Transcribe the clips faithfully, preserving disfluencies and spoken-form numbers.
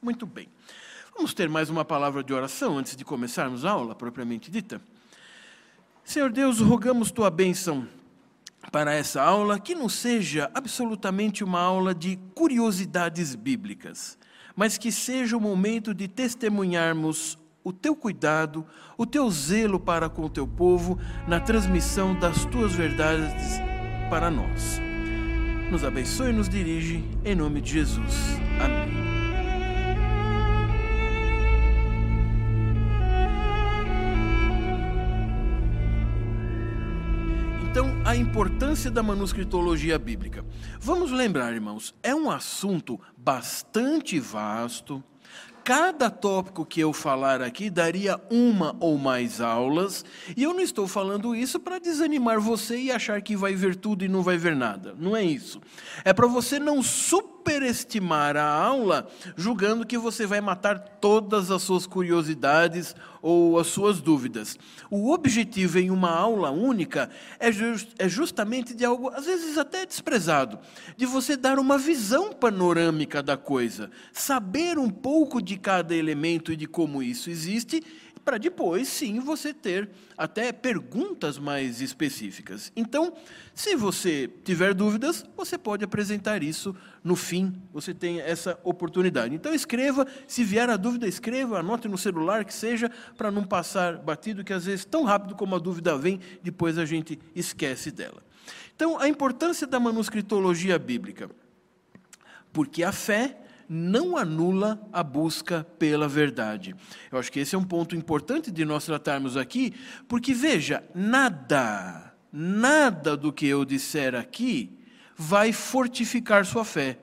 Muito bem. Vamos ter mais uma palavra de oração antes de começarmos a aula, propriamente dita? Senhor Deus, rogamos Tua bênção para essa aula, que não seja absolutamente uma aula de curiosidades bíblicas, mas que seja o momento de testemunharmos o Teu cuidado, o Teu zelo para com o Teu povo, na transmissão das Tuas verdades para nós. Nos abençoe e nos dirige, em nome de Jesus. Amém. Então, a importância da manuscritologia bíblica. Vamos lembrar, irmãos, é um assunto bastante vasto. Cada tópico que eu falar aqui daria uma ou mais aulas, e eu não estou falando isso para desanimar você e achar que vai ver tudo e não vai ver nada. Não é isso. É para você não superestimar a aula, julgando que você vai matar todas as suas curiosidades ou as suas dúvidas. O objetivo em uma aula única é, just, é justamente de algo, às vezes até desprezado, de você dar uma visão panorâmica da coisa, saber um pouco de cada elemento e de como isso existe, para depois, sim, você ter até perguntas mais específicas. Então, se você tiver dúvidas, você pode apresentar isso no fim, você tem essa oportunidade. Então, escreva, se vier a dúvida, escreva, anote no celular, que seja, para não passar batido, que às vezes, tão rápido como a dúvida vem, depois a gente esquece dela. Então, a importância da manuscritologia bíblica, porque a fé não anula a busca pela verdade. Eu acho que esse é um ponto importante de nós tratarmos aqui, porque, veja, nada, nada do que eu disser aqui vai fortificar sua fé.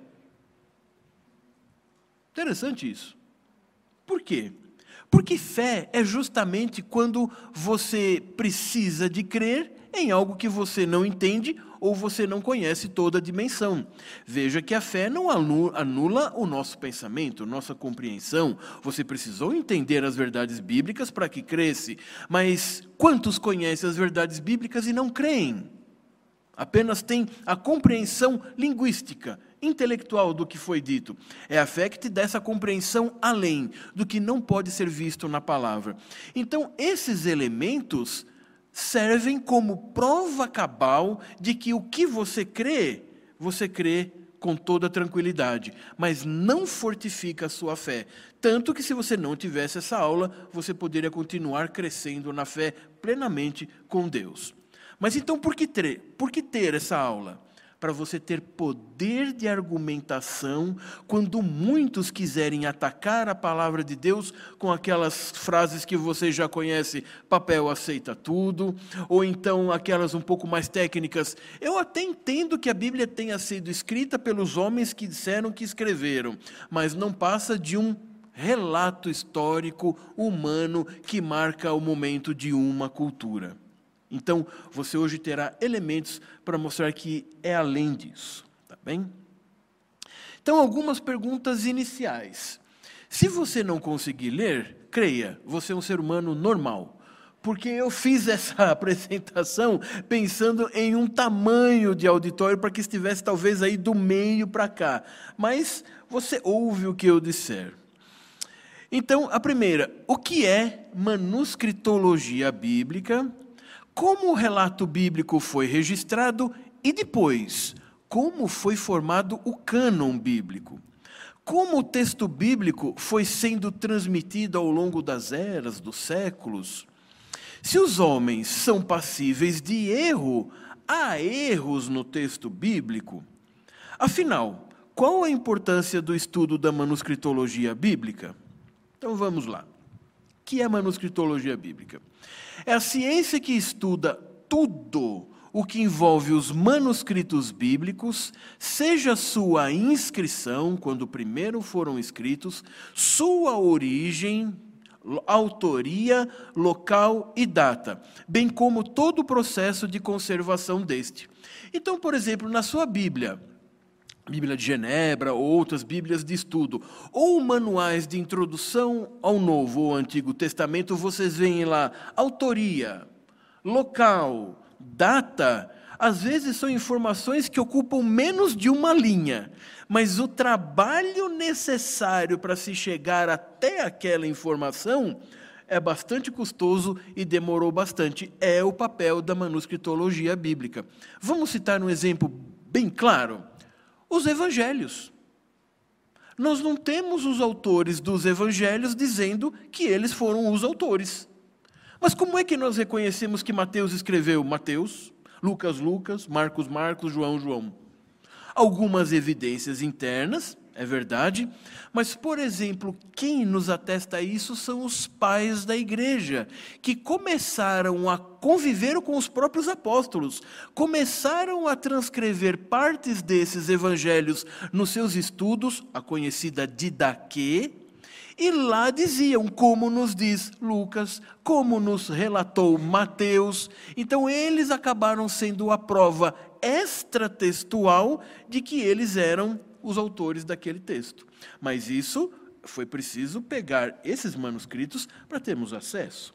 Interessante isso. Por quê? Porque fé é justamente quando você precisa de crer em algo que você não entende ou você não conhece toda a dimensão. Veja que a fé não anula o nosso pensamento, nossa compreensão. Você precisou entender as verdades bíblicas para que cresce. Mas quantos conhecem as verdades bíblicas e não creem? Apenas tem a compreensão linguística, intelectual do que foi dito. É a fé que te dá essa compreensão além do que não pode ser visto na palavra. Então, esses elementos servem como prova cabal de que o que você crê, você crê com toda tranquilidade, mas não fortifica a sua fé. Tanto que se você não tivesse essa aula, você poderia continuar crescendo na fé plenamente com Deus. Mas então por que ter, por que ter essa aula? Para você ter poder de argumentação quando muitos quiserem atacar a palavra de Deus com aquelas frases que você já conhece, papel aceita tudo, ou então aquelas um pouco mais técnicas. Eu até entendo que a Bíblia tenha sido escrita pelos homens que disseram que escreveram, mas não passa de um relato histórico humano que marca o momento de uma cultura. Então, você hoje terá elementos para mostrar que é além disso, tá bem? Então, algumas perguntas iniciais. Se você não conseguir ler, creia, você é um ser humano normal. Porque eu fiz essa apresentação pensando em um tamanho de auditório para que estivesse talvez aí do meio para cá. Mas você ouve o que eu disser. Então, a primeira, o que é manuscritologia bíblica? Como o relato bíblico foi registrado e depois, como foi formado o cânon bíblico? Como o texto bíblico foi sendo transmitido ao longo das eras, dos séculos? Se os homens são passíveis de erro, há erros no texto bíblico? Afinal, qual a importância do estudo da manuscritologia bíblica? Então vamos lá. O que é manuscritologia bíblica? É a ciência que estuda tudo o que envolve os manuscritos bíblicos, seja sua inscrição, quando primeiro foram escritos, sua origem, autoria, local e data, bem como todo o processo de conservação deste. Então, por exemplo, na sua Bíblia, Bíblia de Genebra ou outras Bíblias de estudo, ou manuais de introdução ao Novo ou Antigo Testamento, vocês veem lá autoria, local, data, Às vezes são informações que ocupam menos de uma linha, mas o trabalho necessário para se chegar até aquela informação é bastante custoso e demorou bastante. É o papel da manuscritologia bíblica. Vamos citar um exemplo bem claro: os evangelhos. Nós não temos os autores dos evangelhos dizendo que eles foram os autores. Mas como é que nós reconhecemos que Mateus escreveu Mateus, Lucas, Lucas, Marcos, Marcos, João, João? Algumas evidências internas, é verdade, mas, por exemplo, quem nos atesta isso são os pais da igreja, que começaram a conviver com os próprios apóstolos, começaram a transcrever partes desses evangelhos nos seus estudos, a conhecida Didaquê, e lá diziam, como nos diz Lucas, como nos relatou Mateus. Então, eles acabaram sendo a prova extratextual de que eles eram os autores daquele texto. Mas isso foi preciso pegar esses manuscritos para termos acesso.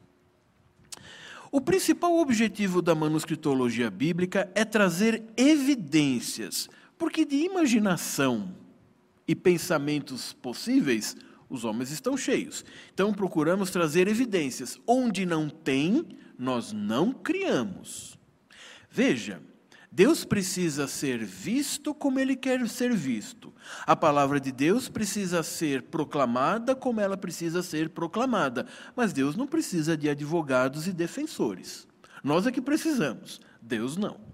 O principal objetivo da manuscritologia bíblica é trazer evidências, porque de imaginação e pensamentos possíveis, os homens estão cheios. Então, procuramos trazer evidências. Onde não tem, nós não criamos. Veja, Deus precisa ser visto como Ele quer ser visto. A palavra de Deus precisa ser proclamada como ela precisa ser proclamada. Mas Deus não precisa de advogados e defensores. Nós é que precisamos, Deus não.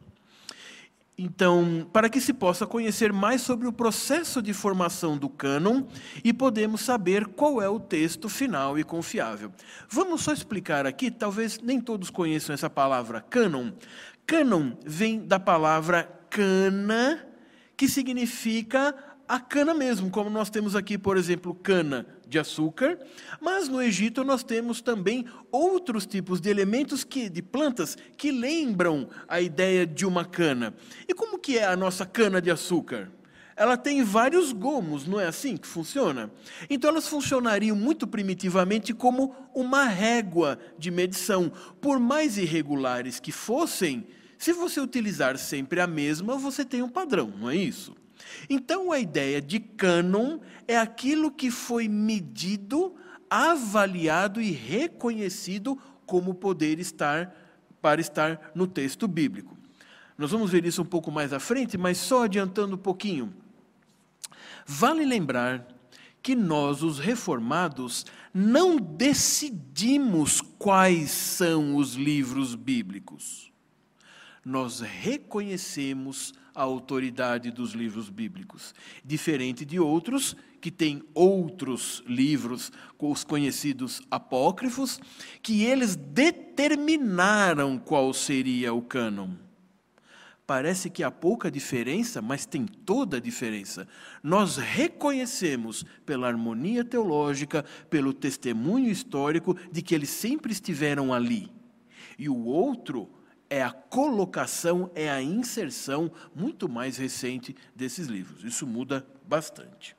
Então, para que se possa conhecer mais sobre o processo de formação do cânon e podemos saber qual é o texto final e confiável. Vamos só explicar aqui, talvez nem todos conheçam essa palavra cânon. Cânon vem da palavra cana, que significa a cana mesmo, como nós temos aqui, por exemplo, cana de açúcar, mas no Egito nós temos também outros tipos de elementos, que, de plantas, que lembram a ideia de uma cana. E como que é a nossa cana de açúcar? Ela tem vários gomos, não é assim que funciona? Então elas funcionariam muito primitivamente como uma régua de medição. Por mais irregulares que fossem, se você utilizar sempre a mesma, você tem um padrão, não é isso? Então, a ideia de cânon é aquilo que foi medido, avaliado e reconhecido como poder estar, para estar no texto bíblico. Nós vamos ver isso um pouco mais à frente, mas só adiantando um pouquinho. Vale lembrar que nós, os reformados, não decidimos quais são os livros bíblicos. Nós reconhecemos a autoridade dos livros bíblicos, diferente de outros que têm outros livros, os conhecidos apócrifos, que eles determinaram qual seria o cânon. Parece que há pouca diferença, mas tem toda a diferença. Nós reconhecemos pela harmonia teológica, pelo testemunho histórico de que eles sempre estiveram ali. E o outro é a colocação, é a inserção muito mais recente desses livros. Isso muda bastante.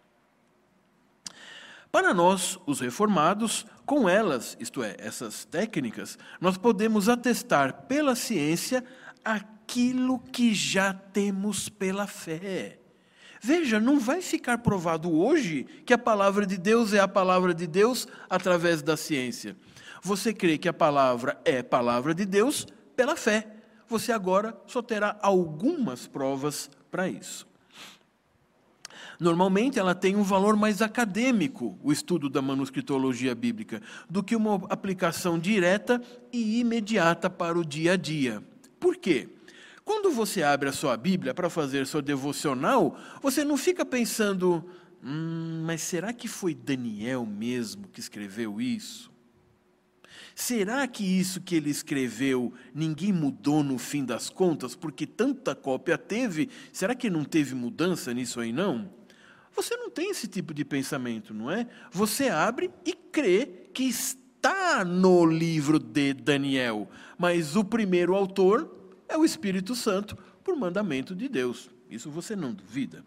Para nós, os reformados, com elas, isto é, essas técnicas, nós podemos atestar pela ciência aquilo que já temos pela fé. Veja, não vai ficar provado hoje que a palavra de Deus é a palavra de Deus através da ciência. Você crê que a palavra é palavra de Deus pela fé. Você agora só terá algumas provas para isso. Normalmente, ela tem um valor mais acadêmico, o estudo da manuscritologia bíblica, do que uma aplicação direta e imediata para o dia a dia. Por quê? Quando você abre a sua Bíblia para fazer seu devocional, você não fica pensando, hum, mas será que foi Daniel mesmo que escreveu isso? Será que isso que ele escreveu, ninguém mudou no fim das contas, porque tanta cópia teve? Será que não teve mudança nisso aí, não? Você não tem esse tipo de pensamento, não é? Você abre e crê que está no livro de Daniel, mas o primeiro autor é o Espírito Santo, por mandamento de Deus. Isso você não duvida.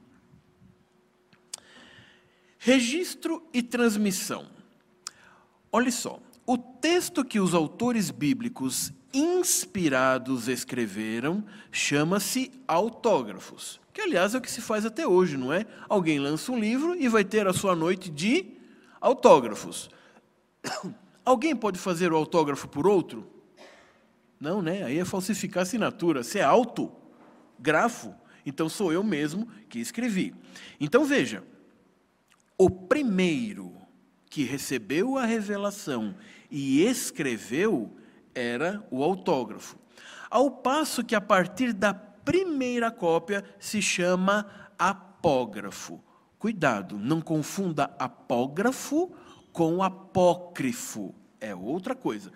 Registro e transmissão. Olha só. o texto que os autores bíblicos inspirados escreveram chama-se autógrafos, que, aliás, é o que se faz até hoje, não é? Alguém lança um livro e vai ter a sua noite de autógrafos. Alguém pode fazer o autógrafo por outro? Não, né? Aí é falsificar a assinatura. Se é autografo, então sou eu mesmo que escrevi. Então, veja, o primeiro que recebeu a revelação e escreveu era o autógrafo. Ao passo que, a partir da primeira cópia, se chama apógrafo. Cuidado, não confunda apógrafo com apócrifo. É outra coisa.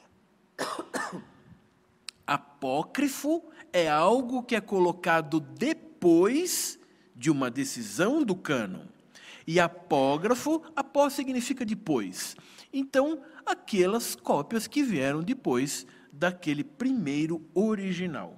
Apócrifo é algo que é colocado depois de uma decisão do cânon. E apógrafo, após significa depois. Então, aquelas cópias que vieram depois daquele primeiro original.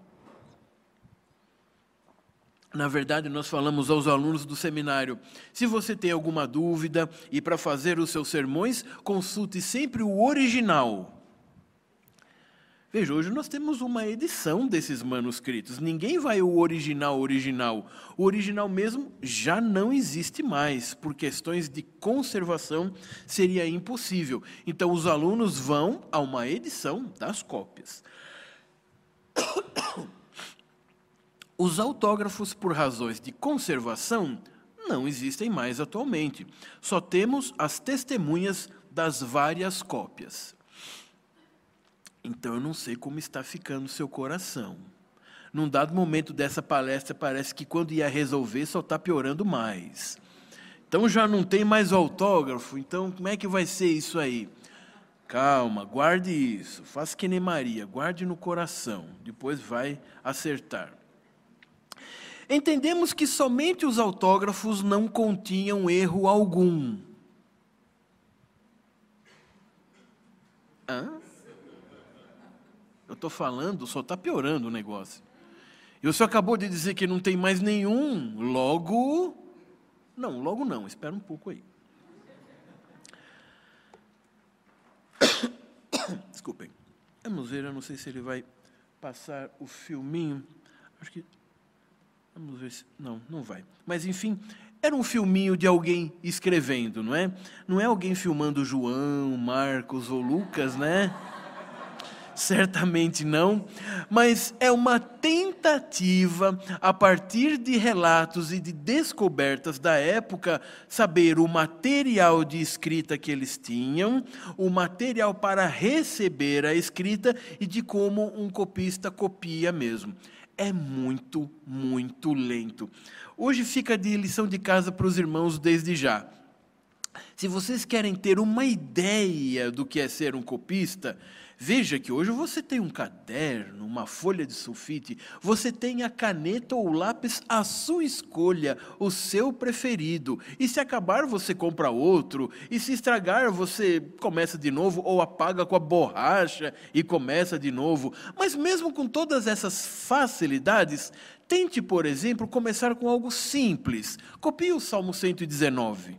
Na verdade, nós falamos aos alunos do seminário, se você tem alguma dúvida e para fazer os seus sermões, consulte sempre o original. Veja, hoje nós temos uma edição desses manuscritos. Ninguém vai o original, original. O original mesmo já não existe mais. Por questões de conservação, seria impossível. Então, os alunos vão a uma edição das cópias. Os autógrafos, por razões de conservação, não existem mais atualmente. Só temos as testemunhas das várias cópias. Então, eu não sei como está ficando o seu coração. Num dado momento dessa palestra, parece que quando ia resolver, só está piorando mais. Então, já não tem mais o autógrafo, então como é que vai ser isso aí? Calma, guarde isso, faça que nem Maria, guarde no coração, depois vai acertar. Entendemos que somente os autógrafos não continham erro algum. Hã? Eu estou falando, só está piorando o negócio. E o senhor acabou de dizer que não tem mais nenhum, logo... Não, logo não, espera um pouco aí. Desculpem. Vamos ver, eu não sei se ele vai passar o filminho. Acho que... Vamos ver se... Não, não vai. Mas, enfim, era um filminho de alguém escrevendo, não é? Não é alguém filmando João, Marcos ou Lucas, né? Certamente não, mas é uma tentativa, a partir de relatos e de descobertas da época, saber o material de escrita que eles tinham, o material para receber a escrita e de como um copista copia mesmo. É muito, muito lento. Hoje fica de lição de casa para os irmãos desde já. Se vocês querem ter uma ideia do que é ser um copista, veja que hoje você tem um caderno, uma folha de sulfite, você tem a caneta ou o lápis à sua escolha, o seu preferido. E se acabar, você compra outro. E se estragar, você começa de novo ou apaga com a borracha e começa de novo. Mas mesmo com todas essas facilidades, tente, por exemplo, começar com algo simples. Copie o Salmo cento e dezenove.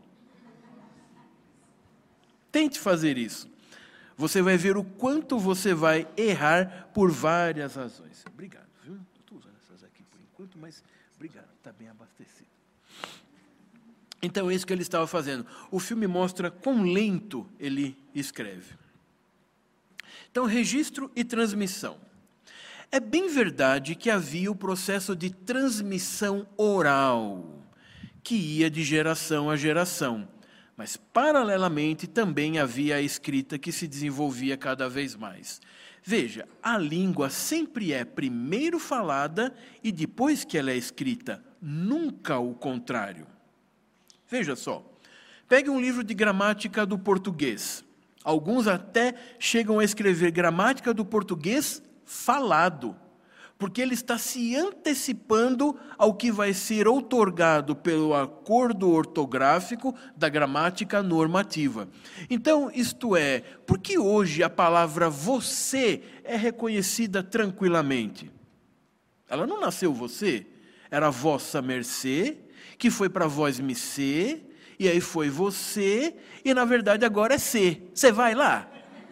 Tente fazer isso. Você vai ver o quanto você vai errar por várias razões. Obrigado, viu? Estou usando essas aqui por enquanto, mas obrigado, está bem abastecido. Então, é isso que ele estava fazendo. O filme mostra quão lento ele escreve. Então, registro e transmissão. É bem verdade que havia o processo de transmissão oral, que ia de geração a geração. Mas, paralelamente, também havia a escrita que se desenvolvia cada vez mais. Veja, a língua sempre é primeiro falada e depois que ela é escrita, nunca o contrário. Veja só, pegue um livro de gramática do português. Alguns até chegam a escrever gramática do português falado, porque ele está se antecipando ao que vai ser outorgado pelo acordo ortográfico da gramática normativa. Então, isto é, por que hoje a palavra você é reconhecida tranquilamente? Ela não nasceu você, era vossa mercê, que foi para vós me ser, e aí foi você, e na verdade agora é ser. Você vai lá?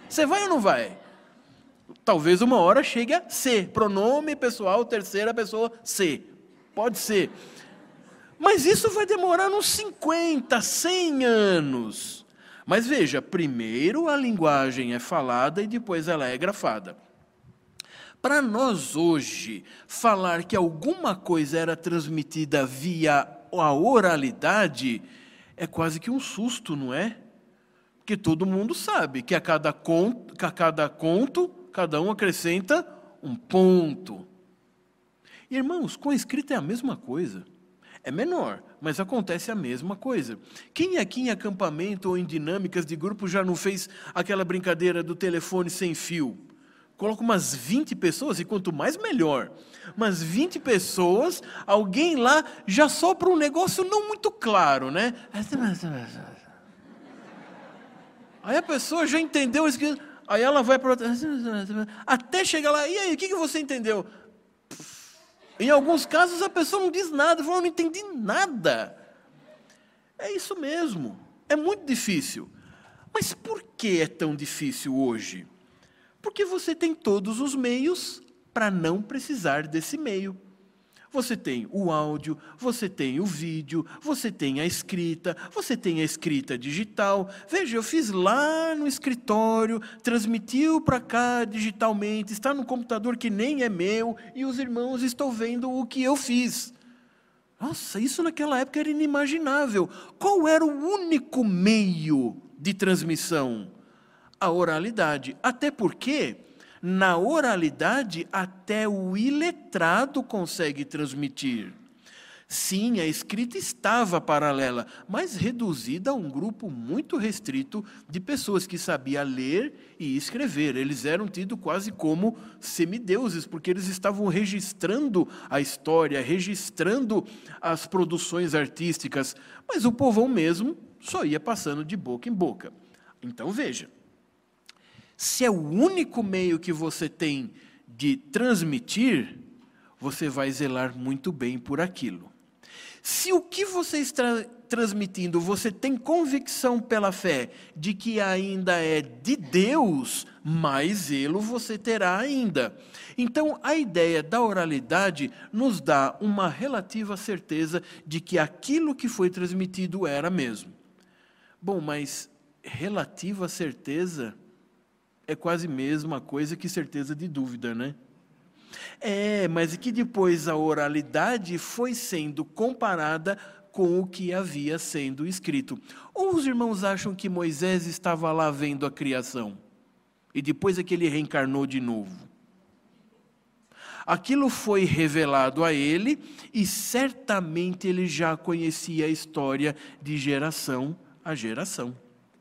Você vai ou não vai? Talvez uma hora chegue a ser. Pronome pessoal, terceira pessoa, ser. Pode ser. Mas isso vai demorar uns cinquenta, cem anos. Mas veja, primeiro a linguagem é falada e depois ela é grafada. Para nós hoje, falar que alguma coisa era transmitida via a oralidade é quase que um susto, não é? Porque todo mundo sabe que a cada conto, a cada conto, cada um acrescenta um ponto. Irmãos, com a escrita é a mesma coisa. É menor, mas acontece a mesma coisa. Quem aqui em acampamento ou em dinâmicas de grupo já não fez aquela brincadeira do telefone sem fio? Coloca umas vinte pessoas, e quanto mais melhor. Umas vinte pessoas, alguém lá já sopra um negócio não muito claro, né? Aí a pessoa já entendeu isso, aí ela vai para outra, até chegar lá, e aí, o que você entendeu? Em alguns casos a pessoa não diz nada, fala, eu não entendi nada. É isso mesmo, é muito difícil. Mas por que é tão difícil hoje? Porque você tem todos os meios para não precisar desse meio. Você tem o áudio, você tem o vídeo, você tem a escrita, você tem a escrita digital. Veja, eu fiz lá no escritório, transmitiu para cá digitalmente, está no computador que nem é meu, e os irmãos estão vendo o que eu fiz. Nossa, isso naquela época era inimaginável. Qual era o único meio de transmissão? A oralidade. Até porque, na oralidade, até o iletrado consegue transmitir. Sim, a escrita estava paralela, mas reduzida a um grupo muito restrito de pessoas que sabiam ler e escrever. Eles eram tidos quase como semideuses, porque eles estavam registrando a história, registrando as produções artísticas, mas o povão mesmo só ia passando de boca em boca. Então, veja. Se é o único meio que você tem de transmitir, você vai zelar muito bem por aquilo. Se o que você está transmitindo, você tem convicção pela fé de que ainda é de Deus, mais zelo você terá ainda. Então, a ideia da oralidade nos dá uma relativa certeza de que aquilo que foi transmitido era mesmo. Bom, mas relativa certeza é quase a mesma coisa que certeza de dúvida, né? É, mas que depois a oralidade foi sendo comparada com o que havia sendo escrito. Ou os irmãos acham que Moisés estava lá vendo a criação e depois é que ele reencarnou de novo? Aquilo foi revelado a ele e certamente ele já conhecia a história de geração a geração.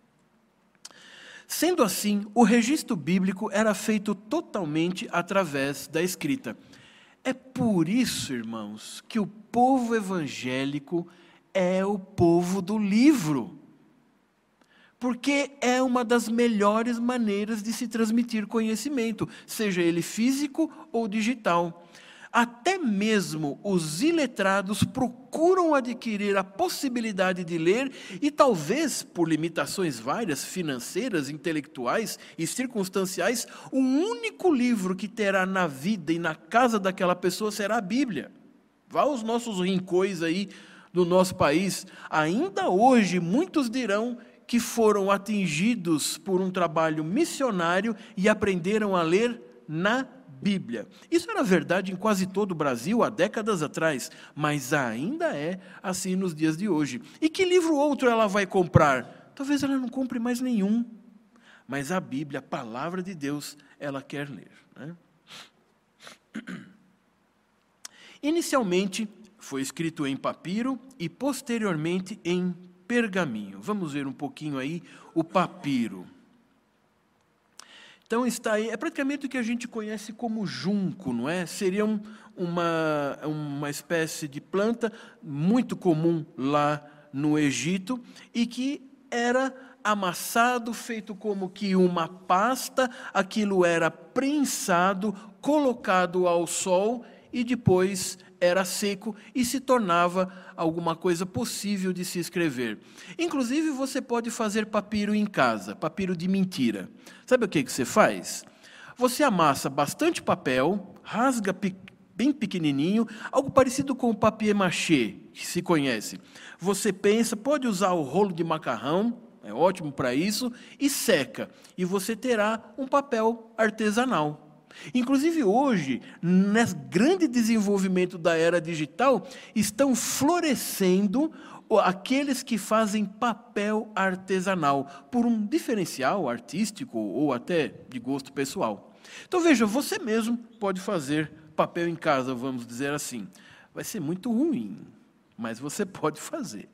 Sendo assim, o registro bíblico era feito totalmente através da escrita. É por isso, irmãos, que o povo evangélico é o povo do livro. Porque é uma das melhores maneiras de se transmitir conhecimento, seja ele físico ou digital. Até mesmo os iletrados procuram adquirir a possibilidade de ler e talvez, por limitações várias, financeiras, intelectuais e circunstanciais, o único livro que terá na vida e na casa daquela pessoa será a Bíblia. Vá aos nossos rincões aí do nosso país. Ainda hoje, muitos dirão que foram atingidos por um trabalho missionário e aprenderam a ler na Bíblia. Isso era verdade em quase todo o Brasil há décadas atrás, mas ainda é assim nos dias de hoje. E que livro outro ela vai comprar? Talvez ela não compre mais nenhum, mas a Bíblia, a palavra de Deus, ela quer ler, né? Inicialmente foi escrito em papiro e posteriormente em pergaminho. Vamos ver um pouquinho aí o papiro. Então está aí, é praticamente o que a gente conhece como junco, não é? Seria um, uma, uma espécie de planta muito comum lá no Egito e que era amassado, feito como que uma pasta, aquilo era prensado, colocado ao sol e depois era seco e se tornava alguma coisa possível de se escrever. Inclusive, você pode fazer papiro em casa, papiro de mentira. Sabe o que que você faz? Você amassa bastante papel, rasga bem pequenininho, algo parecido com o papier-mâché, que se conhece. Você pensa, pode usar o rolo de macarrão, é ótimo para isso, e seca. E você terá um papel artesanal. Inclusive hoje, nesse grande desenvolvimento da era digital, estão florescendo aqueles que fazem papel artesanal, por um diferencial artístico ou até de gosto pessoal. Então veja, você mesmo pode fazer papel em casa, vamos dizer assim. Vai ser muito ruim, mas você pode fazer.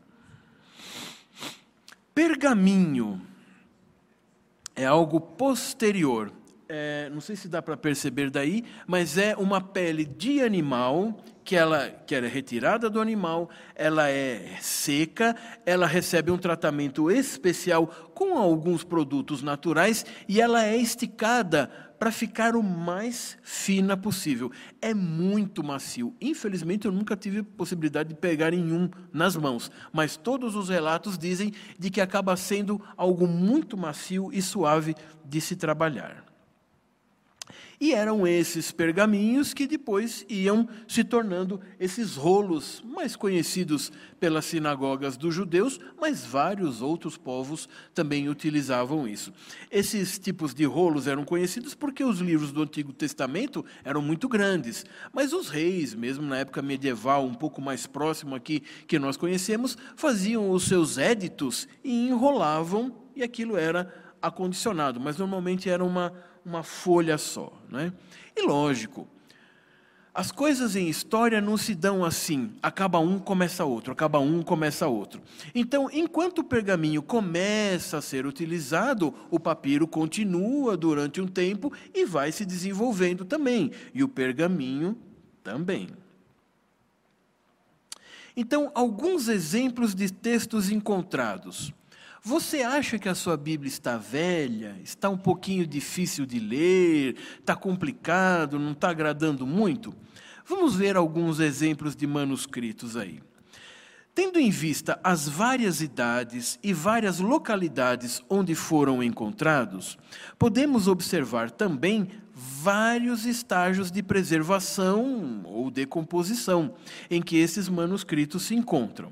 Pergaminho é algo posterior. É, não sei se dá para perceber daí, mas é uma pele de animal que ela que era retirada do animal, ela é seca, ela recebe um tratamento especial com alguns produtos naturais e ela é esticada para ficar o mais fina possível. É muito macio. Infelizmente, eu nunca tive possibilidade de pegar em um nas mãos, mas todos os relatos dizem de que acaba sendo algo muito macio e suave de se trabalhar. E eram esses pergaminhos que depois iam se tornando esses rolos mais conhecidos pelas sinagogas dos judeus, mas vários outros povos também utilizavam isso. Esses tipos de rolos eram conhecidos porque os livros do Antigo Testamento eram muito grandes, mas os reis, mesmo na época medieval, um pouco mais próximo aqui que nós conhecemos, faziam os seus éditos e enrolavam, e aquilo era acondicionado, mas normalmente era uma uma folha só, né? E lógico, as coisas em história não se dão assim, acaba um, começa outro, acaba um, começa outro. Então, enquanto o pergaminho começa a ser utilizado, o papiro continua durante um tempo e vai se desenvolvendo também, e o pergaminho também. Então, alguns exemplos de textos encontrados. Você acha que a sua Bíblia está velha, está um pouquinho difícil de ler, está complicado, não está agradando muito? Vamos ver alguns exemplos de manuscritos aí. Tendo em vista as várias idades e várias localidades onde foram encontrados, podemos observar também vários estágios de preservação ou decomposição em que esses manuscritos se encontram.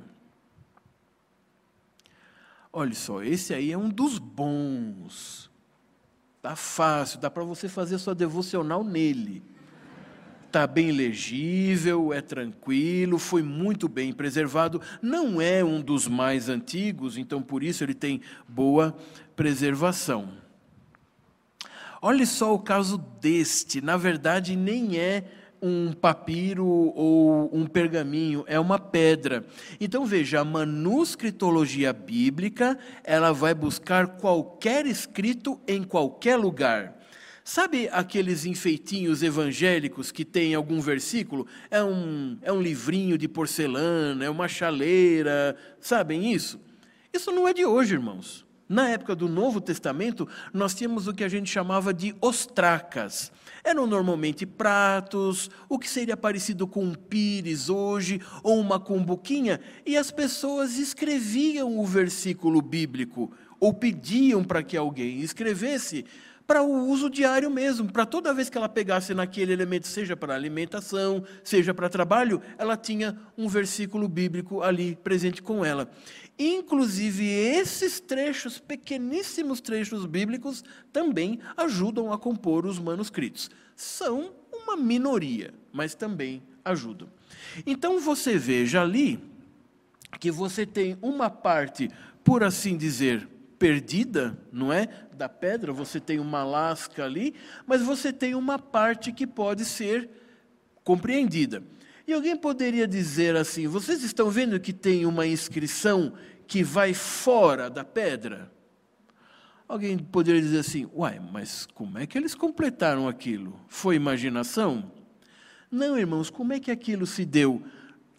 Olha só, esse aí é um dos bons. Está fácil, dá para você fazer a sua devocional nele. Está bem legível, é tranquilo, foi muito bem preservado. Não é um dos mais antigos, então por isso ele tem boa preservação. Olha só o caso deste. Na verdade, nem é um papiro ou um pergaminho, é uma pedra. Então, veja, a manuscritologia bíblica, ela vai buscar qualquer escrito em qualquer lugar. Sabe aqueles enfeitinhos evangélicos que tem algum versículo? É um, é um livrinho de porcelana, é uma chaleira, sabem isso? Isso não é de hoje, irmãos. Na época do Novo Testamento, nós tínhamos o que a gente chamava de ostracas. Eram normalmente pratos, o que seria parecido com um pires hoje, ou uma cumbuquinha, e as pessoas escreviam o versículo bíblico, ou pediam para que alguém escrevesse, para o uso diário mesmo, para toda vez que ela pegasse naquele elemento, seja para alimentação, seja para trabalho, ela tinha um versículo bíblico ali presente com ela. Inclusive, esses trechos, pequeníssimos trechos bíblicos, também ajudam a compor os manuscritos. São uma minoria, mas também ajudam. Então, você veja ali que você tem uma parte, por assim dizer, perdida, não é? Da pedra, você tem uma lasca ali, mas você tem uma parte que pode ser compreendida. E alguém poderia dizer assim, vocês estão vendo que tem uma inscrição que vai fora da pedra? Alguém poderia dizer assim, uai, mas como é que eles completaram aquilo? Foi imaginação? Não, irmãos, como é que aquilo se deu?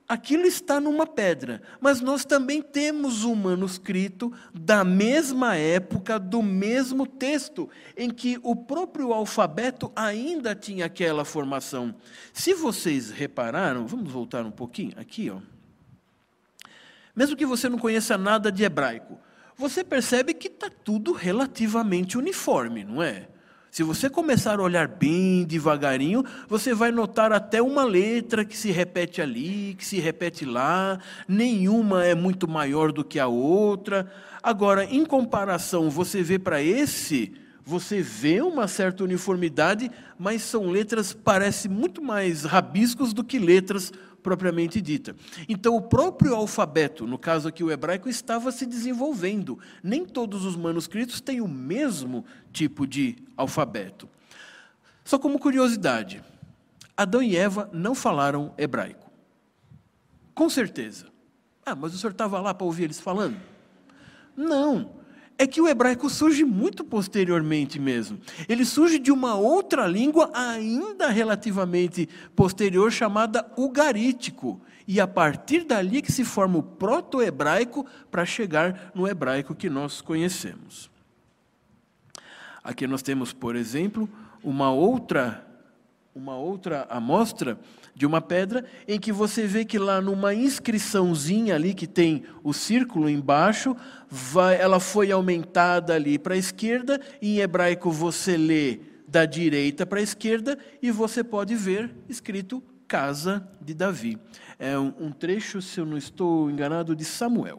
aquilo está numa pedra, mas nós também temos um manuscrito da mesma época, do mesmo texto, em que o próprio alfabeto ainda tinha aquela formação. Se vocês repararam, vamos voltar um pouquinho aqui, ó. Mesmo que você não conheça nada de hebraico, você percebe que está tudo relativamente uniforme, não é? Se você começar a olhar bem devagarinho, você vai notar até uma letra que se repete ali, que se repete lá, nenhuma é muito maior do que a outra. Agora, em comparação, você vê para esse, você vê uma certa uniformidade, mas são letras, parece muito mais rabiscos do que letras propriamente dita. Então, o próprio alfabeto, no caso aqui o hebraico, estava se desenvolvendo. Nem todos os manuscritos têm o mesmo tipo de alfabeto. Só como curiosidade, Adão e Eva não falaram hebraico. Com certeza. Ah, mas o senhor estava lá para ouvir eles falando? Não. É que o hebraico surge muito posteriormente mesmo. Ele surge de uma outra língua ainda relativamente posterior, chamada ugarítico. E a partir dali é que se forma o proto-hebraico para chegar no hebraico que nós conhecemos. Aqui nós temos, por exemplo, uma outra, uma outra amostra de uma pedra, em que você vê que lá numa inscriçãozinha ali, que tem o círculo embaixo, vai, ela foi aumentada ali para a esquerda, e em hebraico você lê da direita para a esquerda, e você pode ver escrito Casa de Davi. É um, um trecho, se eu não estou enganado, de Samuel.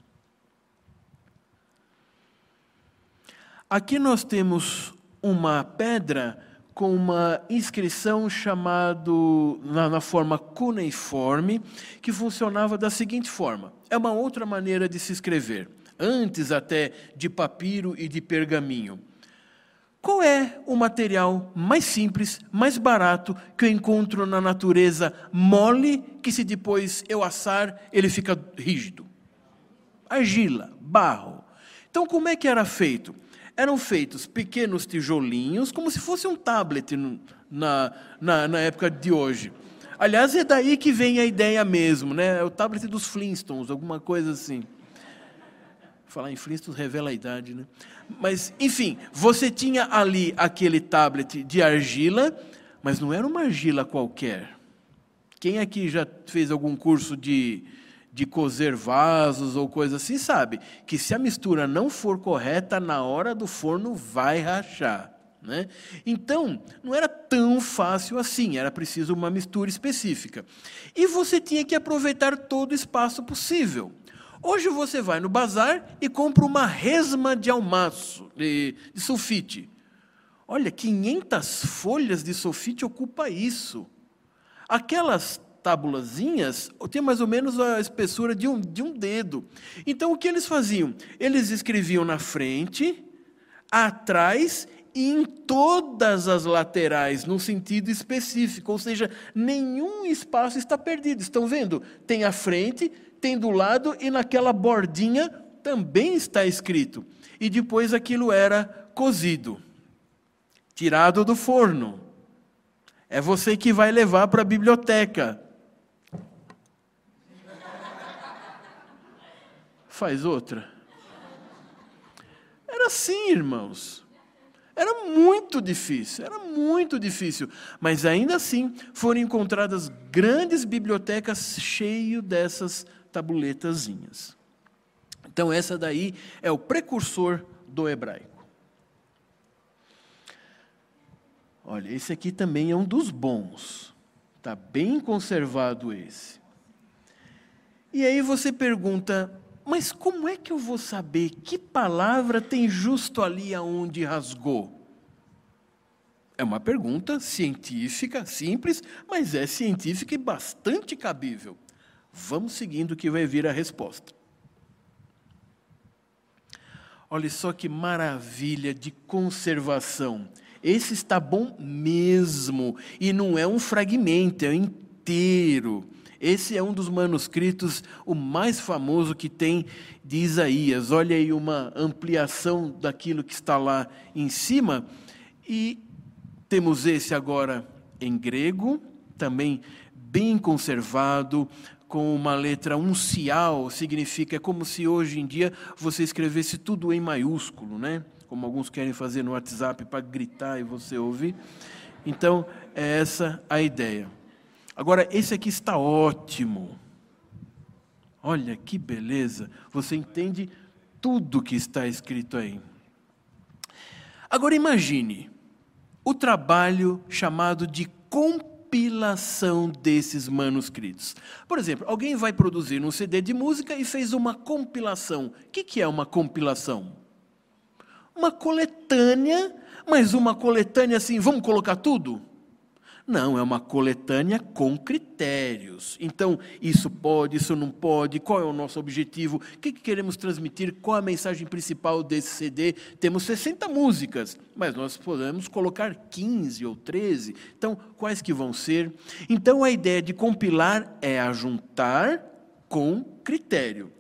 Aqui nós temos uma pedra com uma inscrição chamada, na, na forma cuneiforme, que funcionava da seguinte forma. É uma outra maneira de se escrever, antes até de papiro e de pergaminho. Qual é o material mais simples, mais barato, que eu encontro na natureza mole, que se depois eu assar, ele fica rígido? Argila, barro. Então, como é que era feito? Eram feitos pequenos tijolinhos, como se fosse um tablet na, na, na época de hoje. Aliás, é daí que vem a ideia mesmo, né? É o tablet dos Flintstones, alguma coisa assim. Falar em Flintstones revela a idade, né? Mas, enfim, você tinha ali aquele tablet de argila, mas não era uma argila qualquer. Quem aqui já fez algum curso de... de cozer vasos ou coisa assim, sabe que se a mistura não for correta, na hora do forno vai rachar, né? Então, não era tão fácil assim, era preciso uma mistura específica. E você tinha que aproveitar todo o espaço possível. Hoje você vai no bazar e compra uma resma de almaço, de, de sulfite. Olha, quinhentas folhas de sulfite ocupa isso. Aquelas tábulazinhas tem mais ou menos a espessura de um, de um dedo. Então, o que eles faziam? Eles escreviam na frente, atrás e em todas as laterais, no sentido específico, ou seja, nenhum espaço está perdido. Estão vendo? Tem a frente, tem do lado e naquela bordinha também está escrito. E depois aquilo era cozido, tirado do forno. É você que vai levar para a biblioteca. Faz outra. Era assim, irmãos. Era muito difícil, era muito difícil. Mas ainda assim, foram encontradas grandes bibliotecas cheias dessas tabuletazinhas. Então, essa daí é o precursor do hebraico. Olha, esse aqui também é um dos bons. Está bem conservado esse. E aí você pergunta, mas como é que eu vou saber que palavra tem justo ali aonde rasgou? É uma pergunta científica, simples, mas é científica e bastante cabível. Vamos seguindo que vai vir a resposta. Olha só que maravilha de conservação. Esse está bom mesmo, e não é um fragmento, é um inteiro. Esse é um dos manuscritos, o mais famoso que tem de Isaías. Olha aí uma ampliação daquilo que está lá em cima. E temos esse agora em grego, também bem conservado, com uma letra uncial, significa, é como se hoje em dia você escrevesse tudo em maiúsculo, né? Como alguns querem fazer no WhatsApp para gritar e você ouvir. Então, é essa a ideia. Agora, esse aqui está ótimo. Olha que beleza. Você entende tudo que está escrito aí. Agora, imagine o trabalho chamado de compilação desses manuscritos. Por exemplo, alguém vai produzir um C D de música e fez uma compilação. O que é uma compilação? Uma coletânea, mas uma coletânea assim, vamos colocar tudo? Não, é uma coletânea com critérios. Então, isso pode, isso não pode, qual é o nosso objetivo, o que queremos transmitir, qual a mensagem principal desse C D. Temos sessenta músicas, mas nós podemos colocar quinze ou treze. Então, quais que vão ser? Então, a ideia de compilar é ajuntar com critério.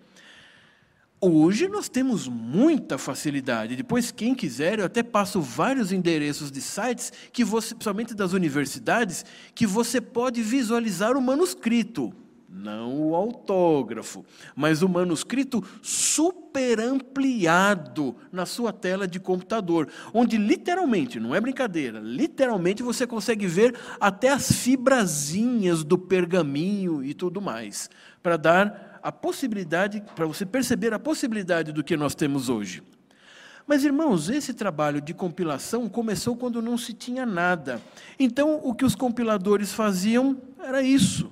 Hoje nós temos muita facilidade. Depois, quem quiser, eu até passo vários endereços de sites, que você, principalmente das universidades, que você pode visualizar o manuscrito. Não o autógrafo, mas o manuscrito super ampliado na sua tela de computador, onde literalmente, não é brincadeira, literalmente você consegue ver até as fibrazinhas do pergaminho e tudo mais, para dar a possibilidade, para você perceber a possibilidade do que nós temos hoje. Mas, irmãos, esse trabalho de compilação começou quando não se tinha nada. Então, o que os compiladores faziam era isso.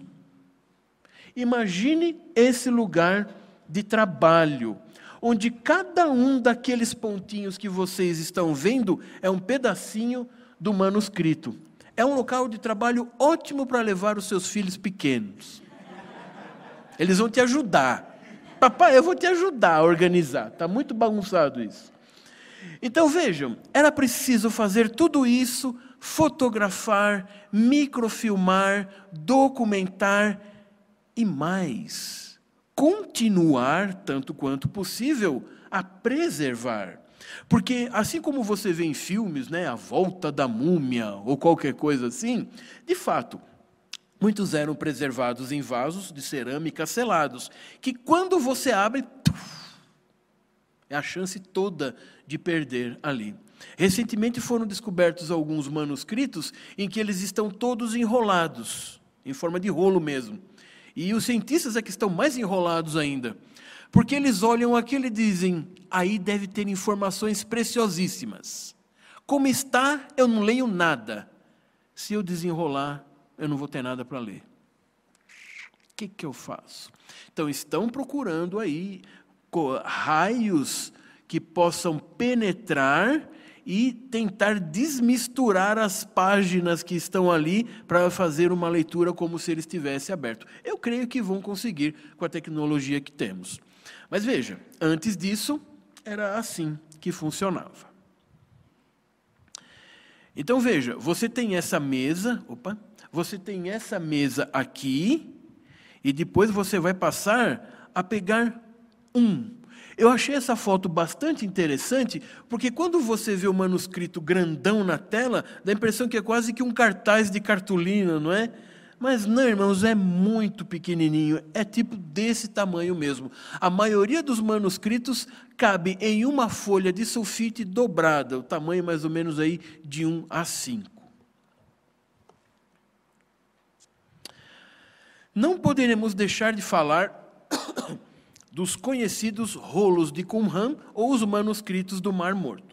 Imagine esse lugar de trabalho, onde cada um daqueles pontinhos que vocês estão vendo é um pedacinho do manuscrito. É um local de trabalho ótimo para levar os seus filhos pequenos. Eles vão te ajudar. Papai, eu vou te ajudar a organizar. Está muito bagunçado isso. Então, vejam, era preciso fazer tudo isso, fotografar, microfilmar, documentar e mais, continuar, tanto quanto possível, a preservar. Porque, assim como você vê em filmes, né, A Volta da Múmia ou qualquer coisa assim, de fato, muitos eram preservados em vasos de cerâmica selados, que quando você abre, é a chance toda de perder ali. Recentemente foram descobertos alguns manuscritos em que eles estão todos enrolados, em forma de rolo mesmo. E os cientistas é que estão mais enrolados ainda, porque eles olham aquilo e dizem, aí deve ter informações preciosíssimas. Como está, eu não leio nada. Se eu desenrolar, eu não vou ter nada para ler. O que, que eu faço? Então, estão procurando aí raios que possam penetrar e tentar desmisturar as páginas que estão ali para fazer uma leitura como se ele estivesse aberto. Eu creio que vão conseguir com a tecnologia que temos. Mas veja, antes disso, era assim que funcionava. Então, veja, você tem essa mesa, opa, você tem essa mesa aqui, e depois você vai passar a pegar um. Eu achei essa foto bastante interessante, porque quando você vê o manuscrito grandão na tela, dá a impressão que é quase que um cartaz de cartolina, não é? Mas não, irmãos, é muito pequenininho, é tipo desse tamanho mesmo. A maioria dos manuscritos cabe em uma folha de sulfite dobrada, o tamanho mais ou menos aí de um a cinco. Não poderemos deixar de falar dos conhecidos rolos de Qumran ou os manuscritos do Mar Morto.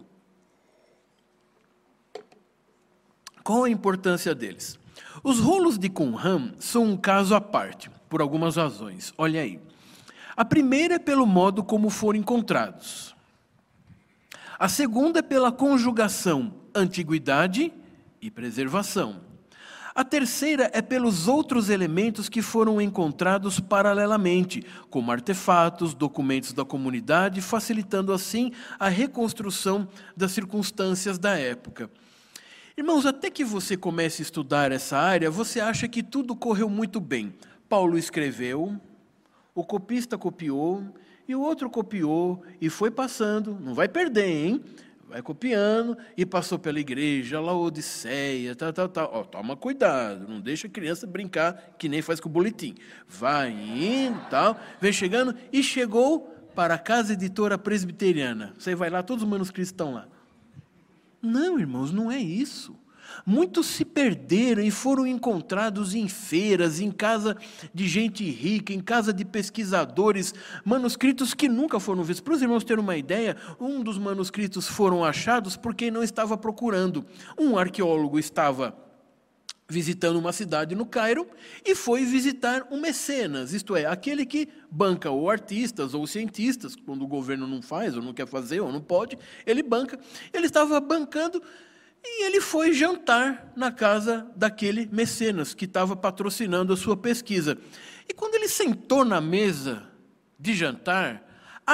Qual a importância deles? Os rolos de Qumran são um caso à parte, por algumas razões. Olha aí. A primeira é pelo modo como foram encontrados. A segunda é pela conjugação antiguidade e preservação. A terceira é pelos outros elementos que foram encontrados paralelamente, como artefatos, documentos da comunidade, facilitando assim a reconstrução das circunstâncias da época. Irmãos, até que você comece a estudar essa área, você acha que tudo correu muito bem. Paulo escreveu, o copista copiou, e o outro copiou, e foi passando. Não vai perder, hein? vai copiando, e passou pela igreja, Laodiceia, tal, tal, tal. Ó, toma cuidado, não deixa a criança brincar, que nem faz com o boletim. Vai indo, tal, vem chegando, e chegou para a Casa Editora Presbiteriana. Você vai lá, todos os manuscritos estão lá. Não, irmãos, não é isso. Muitos se perderam e foram encontrados em feiras, em casa de gente rica, em casa de pesquisadores, manuscritos que nunca foram vistos. Para os irmãos terem uma ideia, um dos manuscritos foram achados por quem não estava procurando. Um arqueólogo estava visitando uma cidade no Cairo e foi visitar um mecenas, isto é, aquele que banca ou artistas ou cientistas, quando o governo não faz, ou não quer fazer, ou não pode, ele banca. Ele estava bancando e ele foi jantar na casa daquele mecenas que estava patrocinando a sua pesquisa. E quando ele sentou na mesa de jantar,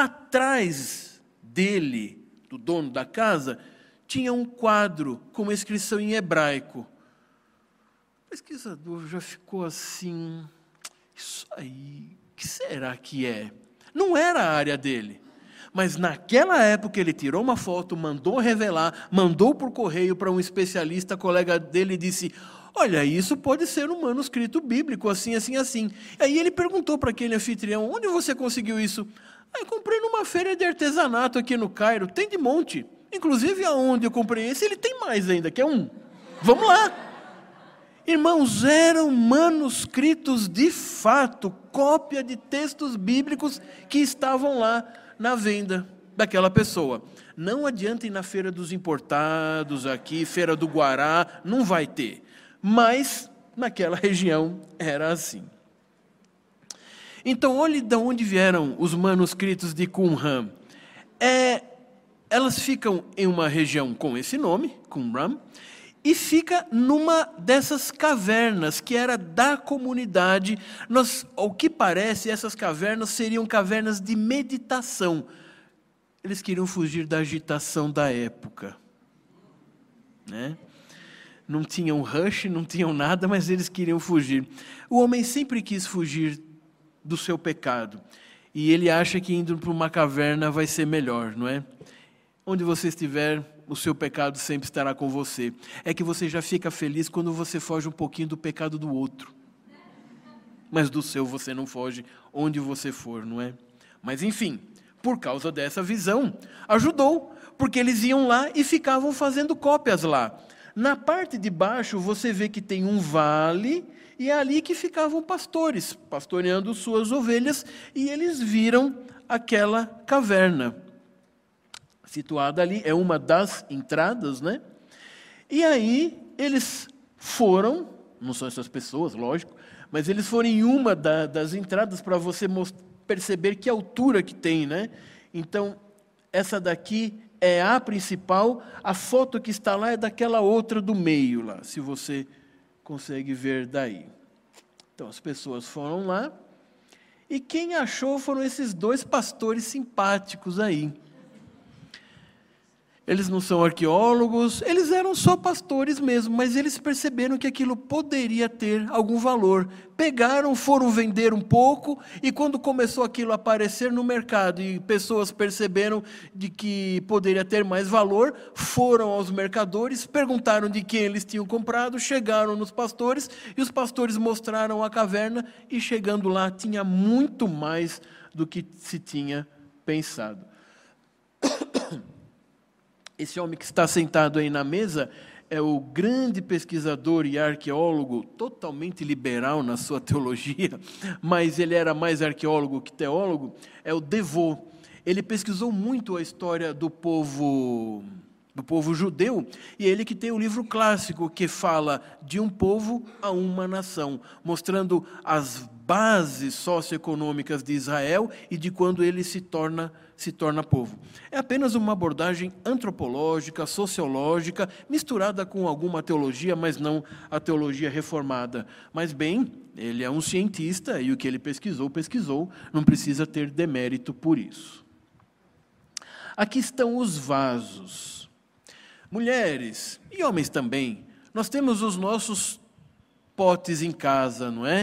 atrás dele, do dono da casa, tinha um quadro com uma inscrição em hebraico. O pesquisador já ficou assim, isso aí, o que será que é? Não era a área dele. Mas naquela época ele tirou uma foto, mandou revelar, mandou por correio para um especialista, colega dele, e disse, olha, isso pode ser um manuscrito bíblico, assim, assim, assim. Aí ele perguntou para aquele anfitrião, onde você conseguiu isso? Ah, eu comprei numa feira de artesanato aqui no Cairo, tem de monte. Inclusive aonde eu comprei esse, ele tem mais ainda, que é um. Vamos lá. Irmãos, eram manuscritos de fato, cópia de textos bíblicos que estavam lá na venda daquela pessoa. Não adianta ir na Feira dos Importados, aqui, Feira do Guará, não vai ter. Mas, naquela região, era assim. Então, olhe de onde vieram os manuscritos de Qumran. É, elas ficam em uma região com esse nome, Qumran, e fica numa dessas cavernas, que era da comunidade. Nós, ao que parece, essas cavernas seriam cavernas de meditação. Eles queriam fugir da agitação da época. Né? Não tinham rush, não tinham nada, mas eles queriam fugir. O homem sempre quis fugir do seu pecado. E ele acha que indo para uma caverna vai ser melhor, não é? Onde você estiver, o seu pecado sempre estará com você. É que você já fica feliz quando você foge um pouquinho do pecado do outro. Mas do seu você não foge onde você for, não é? Mas enfim, por causa dessa visão, ajudou. Porque eles iam lá e ficavam fazendo cópias lá. Na parte de baixo você vê que tem um vale e é ali que ficavam pastores, pastoreando suas ovelhas, e eles viram aquela caverna. Situada ali, é uma das entradas, né? E aí eles foram, não são essas pessoas, lógico, mas eles foram em uma da, das entradas para você perceber que altura que tem, né? Então, essa daqui é a principal, a foto que está lá é daquela outra do meio lá, se você consegue ver daí. Então, as pessoas foram lá, e quem achou foram esses dois pastores simpáticos aí. Eles não são arqueólogos, eles eram só pastores mesmo, mas eles perceberam que aquilo poderia ter algum valor. Pegaram, foram vender um pouco, e quando começou aquilo a aparecer no mercado e pessoas perceberam de que poderia ter mais valor, foram aos mercadores, perguntaram de quem eles tinham comprado, chegaram nos pastores, e os pastores mostraram a caverna, e chegando lá tinha muito mais do que se tinha pensado. Esse homem que está sentado aí na mesa é o grande pesquisador e arqueólogo, totalmente liberal na sua teologia, mas ele era mais arqueólogo que teólogo, é o Devaux. Ele pesquisou muito a história do povo, do povo judeu, e é ele que tem um livro clássico que fala de um povo a uma nação, mostrando as bases socioeconômicas de Israel e de quando ele se torna se torna povo. É apenas uma abordagem antropológica, sociológica, misturada com alguma teologia, mas não a teologia reformada. Mas bem, ele é um cientista e o que ele pesquisou, pesquisou, não precisa ter demérito por isso. Aqui estão os vasos. Mulheres e homens também, nós temos os nossos potes em casa, não é?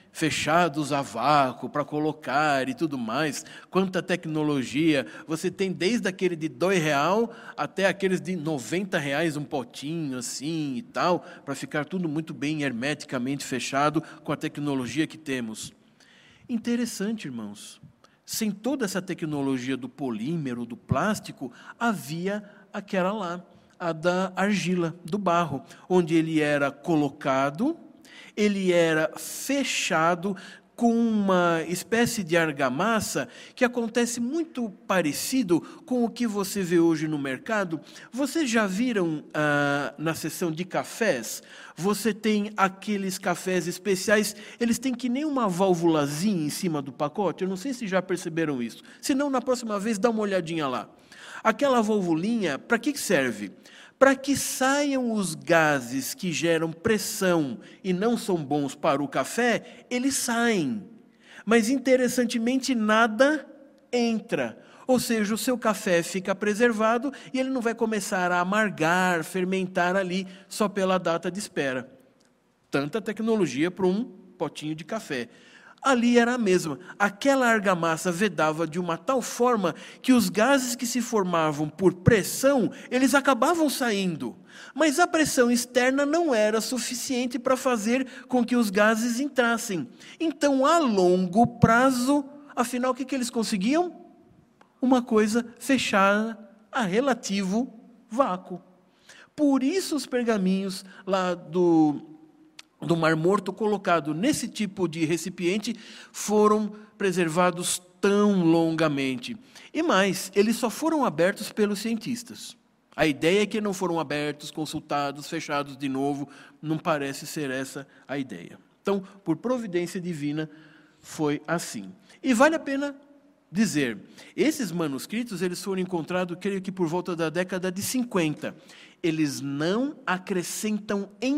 fechados a vácuo para colocar e tudo mais. Quanta tecnologia. Você tem desde aquele de dois reais até aqueles de noventa reais, um potinho assim e tal, para ficar tudo muito bem hermeticamente fechado com a tecnologia que temos. Interessante, irmãos. Sem toda essa tecnologia do polímero, do plástico, havia aquela lá, a da argila, do barro, onde ele era colocado, ele era fechado com uma espécie de argamassa que acontece muito parecido com o que você vê hoje no mercado. Vocês já viram ah, na seção de cafés? Você tem aqueles cafés especiais, eles têm que nem uma válvulazinha em cima do pacote. Eu não sei se já perceberam isso. Se não, na próxima vez, dá uma olhadinha lá. Aquela válvulinha, para que serve? Para que saiam os gases que geram pressão e não são bons para o café, eles saem. Mas, interessantemente, nada entra. Ou seja, o seu café fica preservado e ele não vai começar a amargar, fermentar ali só pela data de espera. Tanta tecnologia para um potinho de café. Ali era a mesma. Aquela argamassa vedava de uma tal forma que os gases que se formavam por pressão, eles acabavam saindo. Mas a pressão externa não era suficiente para fazer com que os gases entrassem. Então, a longo prazo, afinal, o que, que eles conseguiam? Uma coisa fechada a relativo vácuo. Por isso os pergaminhos lá do... do Mar Morto, colocado nesse tipo de recipiente, foram preservados tão longamente. E mais, eles só foram abertos pelos cientistas. A ideia é que não foram abertos, consultados, fechados de novo, não parece ser essa a ideia. Então, por providência divina, foi assim. E vale a pena dizer, esses manuscritos eles foram encontrados, creio que por volta da década de cinquenta. Eles não acrescentam em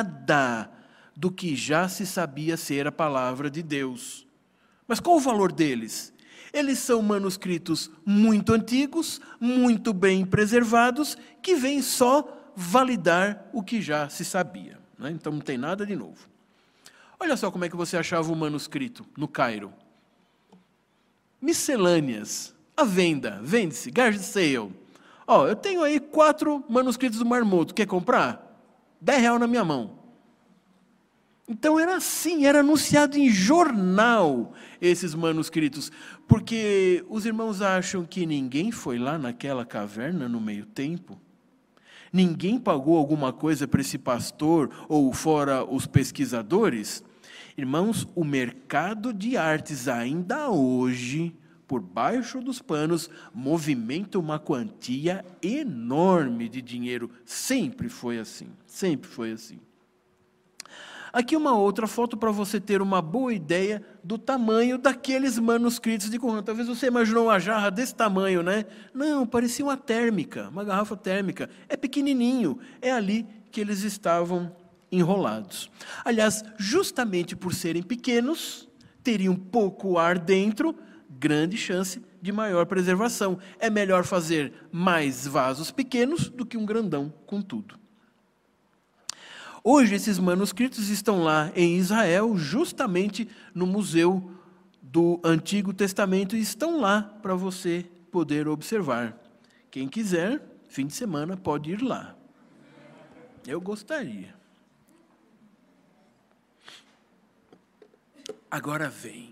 nada do que já se sabia ser a palavra de Deus. Mas qual o valor deles? Eles são manuscritos muito antigos, muito bem preservados, que vêm só validar o que já se sabia. Né? Então não tem nada de novo. Olha só como é que você achava o manuscrito no Cairo. Miscelâneas, à venda, vende-se, garage sale. Ó, eu tenho aí quatro manuscritos do Mar Morto, quer comprar? dez reais na minha mão. Então era assim, era anunciado em jornal esses manuscritos, porque os irmãos acham que ninguém foi lá naquela caverna no meio tempo? Ninguém pagou alguma coisa para esse pastor ou fora os pesquisadores? Irmãos, o mercado de artes ainda hoje, por baixo dos panos, movimenta uma quantia enorme de dinheiro. Sempre foi assim, sempre foi assim. Aqui uma outra foto para você ter uma boa ideia do tamanho daqueles manuscritos de Qumran. Talvez você imaginou uma jarra desse tamanho, né? Não, parecia uma térmica, uma garrafa térmica. É pequenininho, é ali que eles estavam enrolados. Aliás, justamente por serem pequenos, teriam pouco ar dentro, grande chance de maior preservação. É melhor fazer mais vasos pequenos do que um grandão com tudo. Hoje, esses manuscritos estão lá em Israel, justamente no Museu do Antigo Testamento, e estão lá para você poder observar. Quem quiser, fim de semana, pode ir lá. Eu gostaria. Agora vem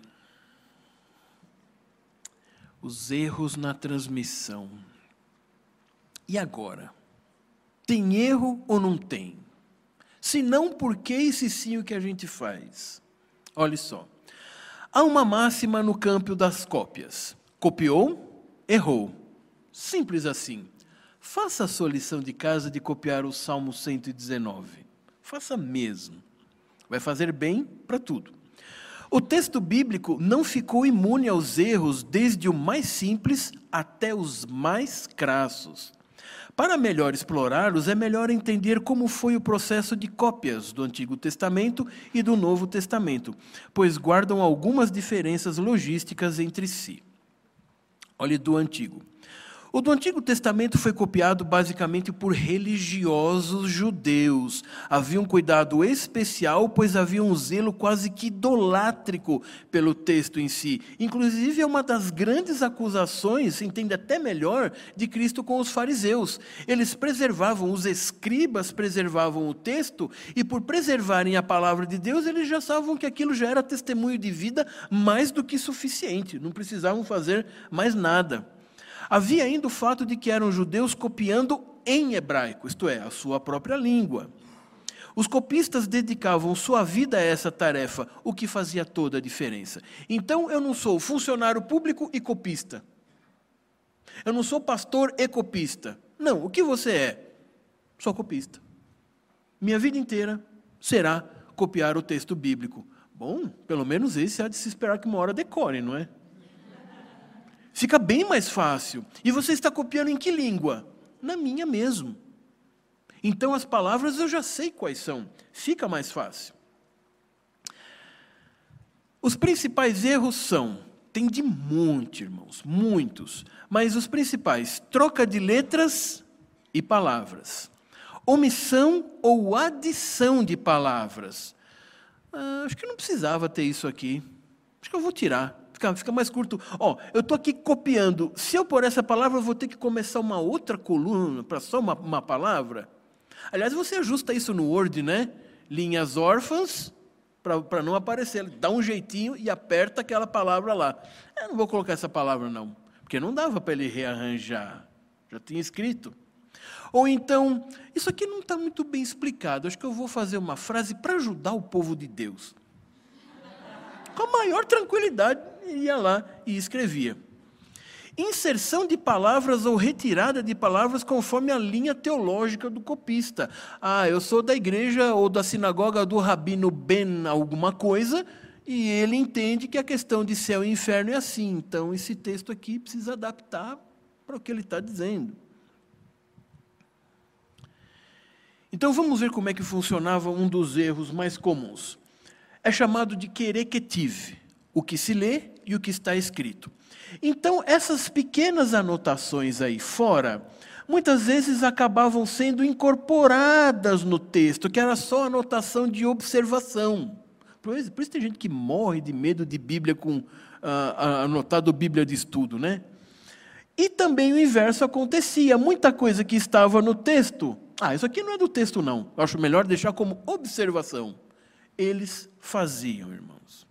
os erros na transmissão. E agora? Tem erro ou não tem? Se não, por que e se sim, o que a gente faz? Olha só. Há uma máxima no campo das cópias. Copiou, errou. Simples assim. Faça a sua lição de casa de copiar o Salmo cento e dezenove. Faça mesmo. Vai fazer bem para tudo. O texto bíblico não ficou imune aos erros, desde o mais simples até os mais crassos. Para melhor explorá-los, é melhor entender como foi o processo de cópias do Antigo Testamento e do Novo Testamento, pois guardam algumas diferenças logísticas entre si. Olhe do Antigo. O do Antigo Testamento foi copiado basicamente por religiosos judeus. Havia um cuidado especial, pois havia um zelo quase que idolátrico pelo texto em si. Inclusive, é uma das grandes acusações, se entende até melhor, de Cristo com os fariseus. Eles preservavam, os escribas preservavam o texto, e por preservarem a palavra de Deus, eles já sabiam que aquilo já era testemunho de vida mais do que suficiente. Não precisavam fazer mais nada. Havia ainda o fato de que eram judeus copiando em hebraico, isto é, a sua própria língua. Os copistas dedicavam sua vida a essa tarefa, o que fazia toda a diferença. Então, eu não sou funcionário público e copista. Eu não sou pastor e copista. Não, o que você é? Sou copista. Minha vida inteira será copiar o texto bíblico. Bom, pelo menos esse há de se esperar que uma hora decore, não é? Fica bem mais fácil. E você está copiando em que língua? Na minha mesmo. Então as palavras eu já sei quais são. Fica mais fácil. Os principais erros são, tem de monte, irmãos, muitos. Mas os principais, troca de letras e palavras. Omissão ou adição de palavras. Ah, acho que não precisava ter isso aqui. Acho que eu vou tirar. Fica, fica mais curto. Ó, eu estou aqui copiando. Se eu pôr essa palavra, eu vou ter que começar uma outra coluna para só uma, uma palavra. Aliás, você ajusta isso no Word, né? Linhas órfãs, para não aparecer. Dá um jeitinho e aperta aquela palavra lá. Eu não vou colocar essa palavra, não. Porque não dava para ele rearranjar. Já tinha escrito. Ou então, isso aqui não está muito bem explicado. Acho que eu vou fazer uma frase para ajudar o povo de Deus. Com a maior tranquilidade, ia lá e escrevia. Inserção de palavras ou retirada de palavras conforme a linha teológica do copista. Ah, eu sou da igreja ou da sinagoga do Rabino Ben alguma coisa, e ele entende que a questão de céu e inferno é assim. Então, esse texto aqui precisa adaptar para o que ele está dizendo. Então, vamos ver como é que funcionava um dos erros mais comuns. É chamado de quereketiv, o que se lê e o que está escrito. Então, essas pequenas anotações aí fora, muitas vezes acabavam sendo incorporadas no texto, que era só anotação de observação. Por isso, por isso tem gente que morre de medo de Bíblia com ah, anotado Bíblia de estudo, né? E também o inverso acontecia. Muita coisa que estava no texto, ah, isso aqui não é do texto não, eu acho melhor deixar como observação. Eles faziam, irmãos.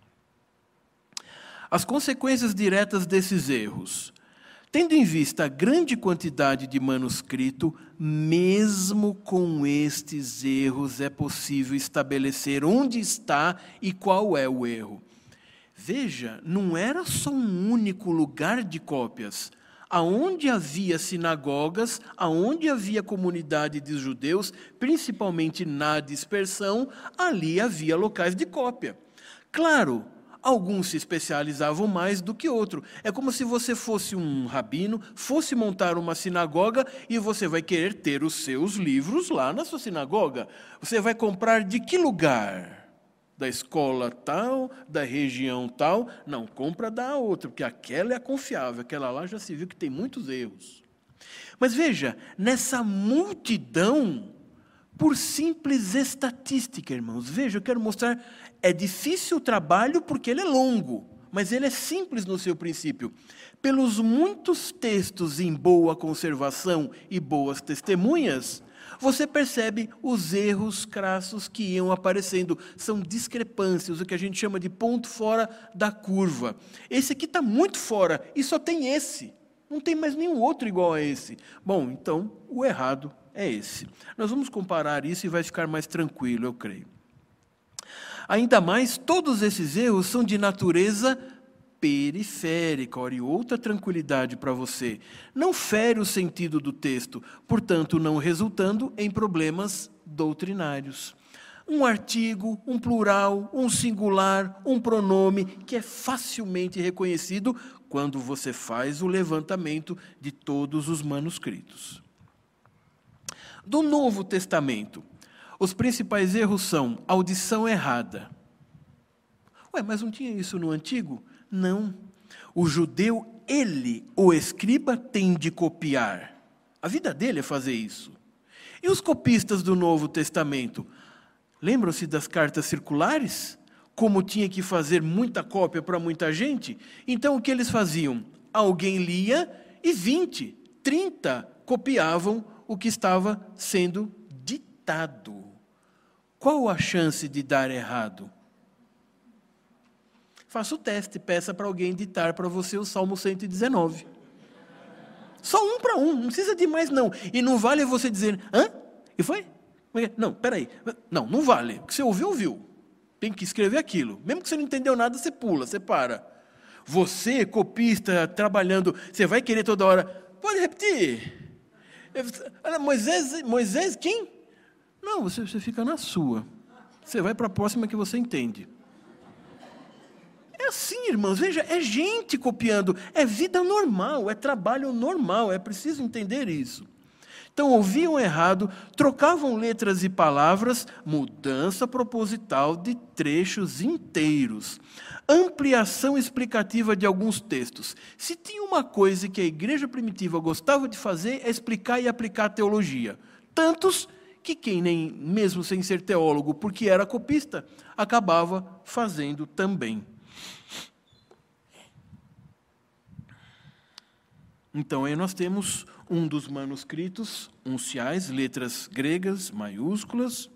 As consequências diretas desses erros. Tendo em vista a grande quantidade de manuscrito, mesmo com estes erros é possível estabelecer onde está e qual é o erro. Veja, não era só um único lugar de cópias. Aonde havia sinagogas, aonde havia comunidade de judeus, principalmente na dispersão, ali havia locais de cópia. Claro, alguns se especializavam mais do que outros. É como se você fosse um rabino, fosse montar uma sinagoga e você vai querer ter os seus livros lá na sua sinagoga. Você vai comprar de que lugar? Da escola tal, da região tal. Não, compra da outra, porque aquela é confiável, aquela lá já se viu que tem muitos erros. Mas veja, nessa multidão, por simples estatística, irmãos, veja, eu quero mostrar, é difícil o trabalho porque ele é longo, mas ele é simples no seu princípio. Pelos muitos textos em boa conservação e boas testemunhas, você percebe os erros crassos que iam aparecendo. São discrepâncias, o que a gente chama de ponto fora da curva. Esse aqui está muito fora e só tem esse. Não tem mais nenhum outro igual a esse. Bom, então, o errado é esse. Nós vamos comparar isso e vai ficar mais tranquilo, eu creio. Ainda mais, todos esses erros são de natureza periférica, ora, e outra tranquilidade para você. Não fere o sentido do texto, portanto, não resultando em problemas doutrinários. Um artigo, um plural, um singular, um pronome, que é facilmente reconhecido quando você faz o levantamento de todos os manuscritos. Do Novo Testamento, os principais erros são audição errada. Ué, mas não tinha isso no Antigo? Não. O judeu ele, o escriba, tem de copiar. A vida dele é fazer isso. E os copistas do Novo Testamento? Lembram-se das cartas circulares? Como tinha que fazer muita cópia para muita gente? Então, o que eles faziam? Alguém lia e vinte, trinta copiavam o que estava sendo ditado. Qual a chance de dar errado? Faça o teste, peça para alguém ditar para você o Salmo cento e dezenove. Só um para um, não precisa de mais não. E não vale você dizer, hã? E foi? Não, peraí. Não, não vale. O que você ouviu, ouviu. Tem que escrever aquilo. Mesmo que você não entendeu nada, você pula, você para. Você, copista, trabalhando, você vai querer toda hora, pode repetir. Moisés, Moisés, quem? Não, você, você fica na sua. Você vai para a próxima que você entende. É assim, irmãos, veja, é gente copiando, é vida normal, é trabalho normal, é preciso entender isso. Então, ouviam errado, trocavam letras e palavras, mudança proposital de trechos inteiros, ampliação explicativa de alguns textos. Se tinha uma coisa que a igreja primitiva gostava de fazer, é explicar e aplicar a teologia. Tantos que quem, nem mesmo sem ser teólogo, porque era copista, acabava fazendo também. Então, aí nós temos um dos manuscritos unciais, letras gregas, maiúsculas.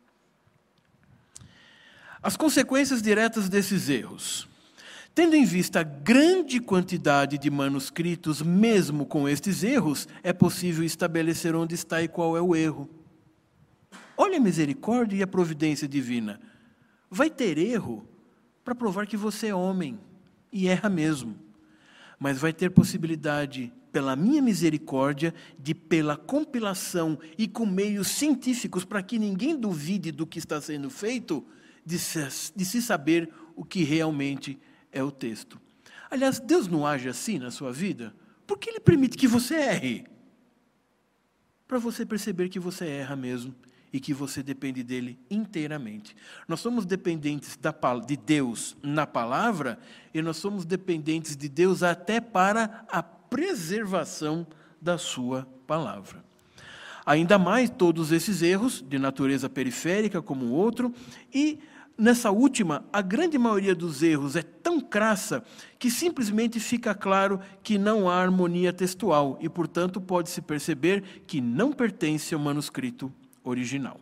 As consequências diretas desses erros. Tendo em vista a grande quantidade de manuscritos, mesmo com estes erros, é possível estabelecer onde está e qual é o erro. Olha a misericórdia e a providência divina. Vai ter erro para provar que você é homem, e erra mesmo. Mas vai ter possibilidade, pela minha misericórdia, de pela compilação e com meios científicos, para que ninguém duvide do que está sendo feito, de se, de se saber o que realmente é o texto. Aliás, Deus não age assim na sua vida? Por que Ele permite que você erre? Para você perceber que você erra mesmo e que você depende dele inteiramente. Nós somos dependentes da, de Deus na palavra e nós somos dependentes de Deus até para a preservação da sua palavra. Ainda mais todos esses erros, de natureza periférica como o outro, e nessa última, a grande maioria dos erros é tão crassa que simplesmente fica claro que não há harmonia textual e, portanto, pode-se perceber que não pertence ao manuscrito original.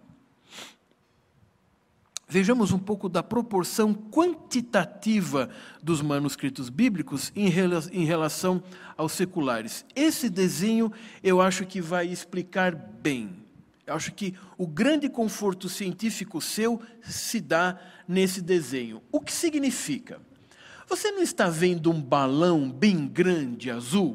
Vejamos um pouco da proporção quantitativa dos manuscritos bíblicos em relação aos seculares. Esse desenho eu acho que vai explicar bem. Eu acho que o grande conforto científico seu se dá nesse desenho. O que significa? Você não está vendo um balão bem grande, azul?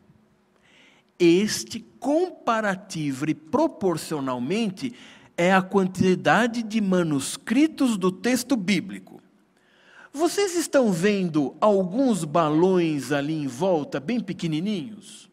Este, comparativo e proporcionalmente, é a quantidade de manuscritos do texto bíblico. Vocês estão vendo alguns balões ali em volta, bem pequenininhos?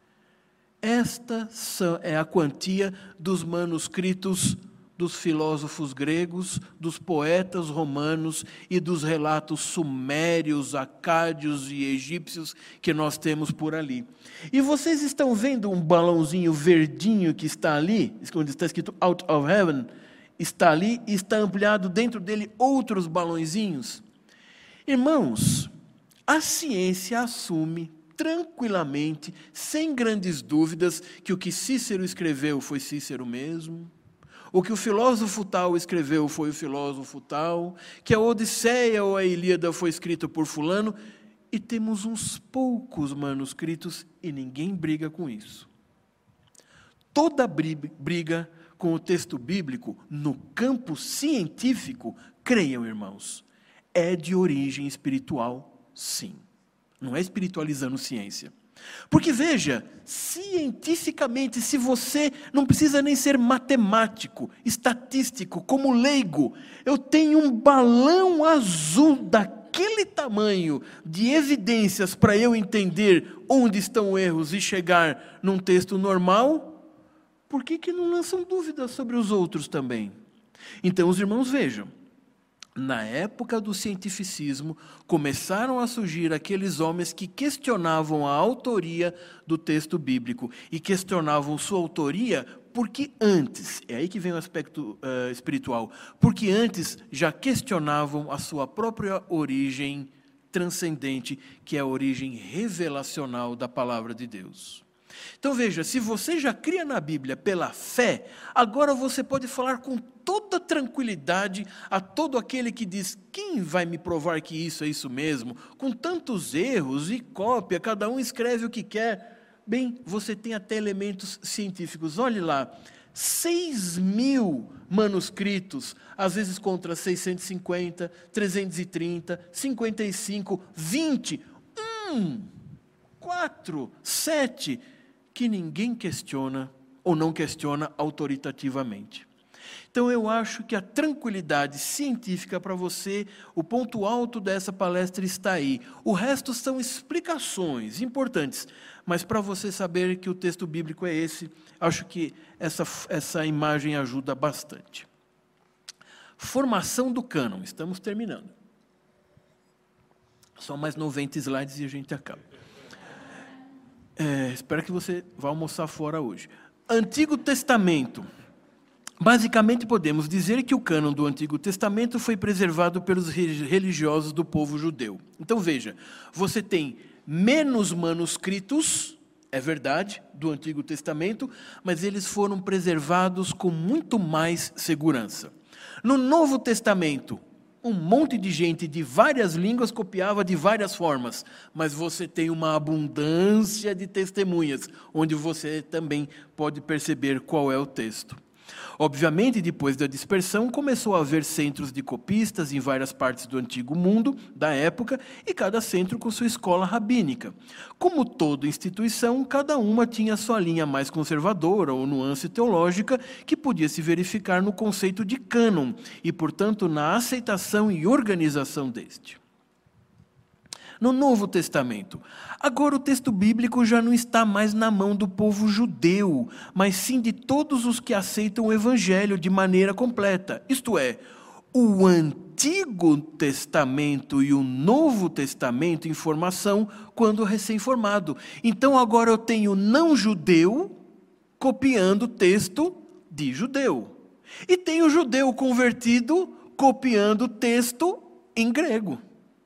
Esta é a quantia dos manuscritos dos filósofos gregos, dos poetas romanos e dos relatos sumérios, acádios e egípcios que nós temos por ali. E vocês estão vendo um balãozinho verdinho que está ali, onde está escrito Out of Heaven, está ali e está ampliado dentro dele outros balõezinhos? Irmãos, a ciência assume tranquilamente, sem grandes dúvidas, que o que Cícero escreveu foi Cícero mesmo, o que o filósofo tal escreveu foi o filósofo tal, que a Odisseia ou a Ilíada foi escrita por fulano, e temos uns poucos manuscritos e ninguém briga com isso. Toda briga com o texto bíblico, no campo científico, creiam, irmãos, é de origem espiritual, sim. Não é espiritualizando ciência. Porque, veja, cientificamente, se você não precisa nem ser matemático, estatístico, como leigo, eu tenho um balão azul daquele tamanho de evidências para eu entender onde estão erros e chegar num texto normal, por que que não lançam dúvidas sobre os outros também? Então, os irmãos vejam, Na época do cientificismo, começaram a surgir aqueles homens que questionavam a autoria do texto bíblico e questionavam sua autoria porque antes, é aí que vem o aspecto uh, espiritual, porque antes já questionavam a sua própria origem transcendente, que é a origem revelacional da palavra de Deus. Então veja, se você já cria na Bíblia pela fé, agora você pode falar com toda tranquilidade a todo aquele que diz: quem vai me provar que isso é isso mesmo? Com tantos erros e cópia, cada um escreve o que quer. Bem, você tem até elementos científicos. Olhe lá, seis mil manuscritos, às vezes contra seiscentos e cinquenta, trezentos e trinta, cinquenta e cinco, vinte, um, quatro, sete... que ninguém questiona ou não questiona autoritativamente. Então eu acho que a tranquilidade científica para você, o ponto alto dessa palestra está aí. O resto são explicações importantes, mas para você saber que o texto bíblico é esse, acho que essa, essa imagem ajuda bastante. Formação do cânon, estamos terminando. Só mais noventa slides e a gente acaba. É, espero que você vá almoçar fora hoje. Antigo Testamento. Basicamente, podemos dizer que o cânon do Antigo Testamento foi preservado pelos religiosos do povo judeu. Então, veja, você tem menos manuscritos, é verdade, do Antigo Testamento, mas eles foram preservados com muito mais segurança. No Novo Testamento, um monte de gente de várias línguas copiava de várias formas, mas você tem uma abundância de testemunhas, onde você também pode perceber qual é o texto. Obviamente, depois da dispersão, começou a haver centros de copistas em várias partes do antigo mundo, da época, e cada centro com sua escola rabínica. Como toda instituição, cada uma tinha sua linha mais conservadora ou nuance teológica, que podia se verificar no conceito de cânon, e, portanto, na aceitação e organização deste. No Novo Testamento, agora o texto bíblico já não está mais na mão do povo judeu, mas sim de todos os que aceitam o Evangelho de maneira completa. Isto é, o Antigo Testamento e o Novo Testamento em formação quando recém-formado. Então agora eu tenho não judeu copiando texto de judeu. E tenho judeu convertido copiando texto em grego.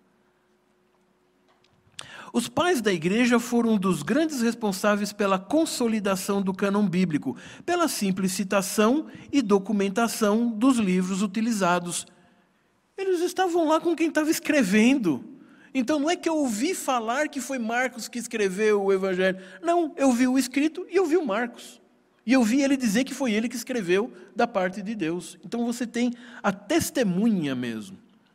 Os pais da igreja foram um dos grandes responsáveis pela consolidação do cânon bíblico, pela simples citação e documentação dos livros utilizados. Eles estavam lá com quem estava escrevendo. Então não é que eu ouvi falar que foi Marcos que escreveu o Evangelho. Não, eu vi o escrito e eu vi o Marcos. E eu vi ele dizer que foi ele que escreveu da parte de Deus. Então você tem a testemunha mesmo.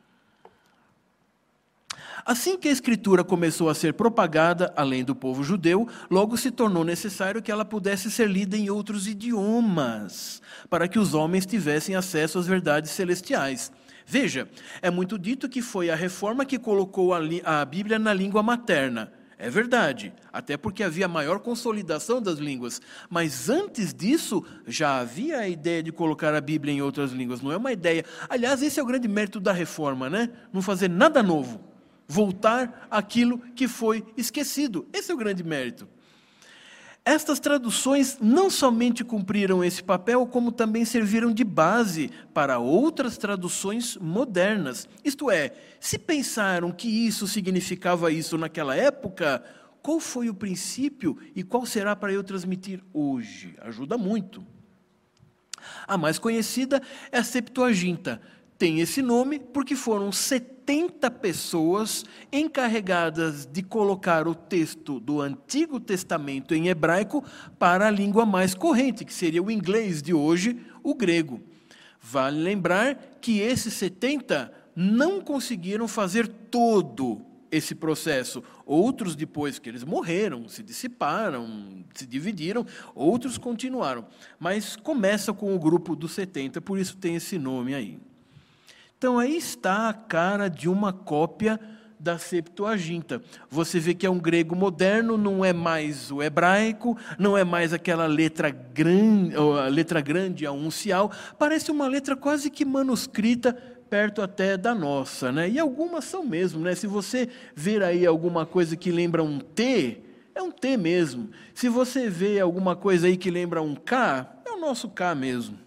Assim que a Escritura começou a ser propagada, além do povo judeu, logo se tornou necessário que ela pudesse ser lida em outros idiomas, para que os homens tivessem acesso às verdades celestiais. Veja, é muito dito que foi a reforma que colocou a, a Bíblia na língua materna. É verdade, até porque havia maior consolidação das línguas. Mas antes disso, já havia a ideia de colocar a Bíblia em outras línguas. Não é uma ideia. Aliás, esse é o grande mérito da reforma, né? Não fazer nada novo. Voltar àquilo que foi esquecido. Esse é o grande mérito. Estas traduções não somente cumpriram esse papel, como também serviram de base para outras traduções modernas. Isto é, se pensaram que isso significava isso naquela época, qual foi o princípio e qual será para eu transmitir hoje? Ajuda muito. A mais conhecida é a Septuaginta. Tem esse nome porque foram setenta pessoas encarregadas de colocar o texto do Antigo Testamento em hebraico para a língua mais corrente, que seria o inglês de hoje, o grego. Vale lembrar que esses setenta não conseguiram fazer todo esse processo. Outros, depois que eles morreram, se dissiparam, se dividiram, outros continuaram. Mas começa com o grupo dos setenta, por isso tem esse nome aí. Então, aí está a cara de uma cópia da Septuaginta. Você vê que é um grego moderno, não é mais o hebraico, não é mais aquela letra grande, a letra grande, a uncial, parece uma letra quase que manuscrita perto até da nossa, né? E algumas são mesmo, né? Se você ver aí alguma coisa que lembra um T, é um T mesmo. Se você vê alguma coisa aí que lembra um K, é o nosso K mesmo.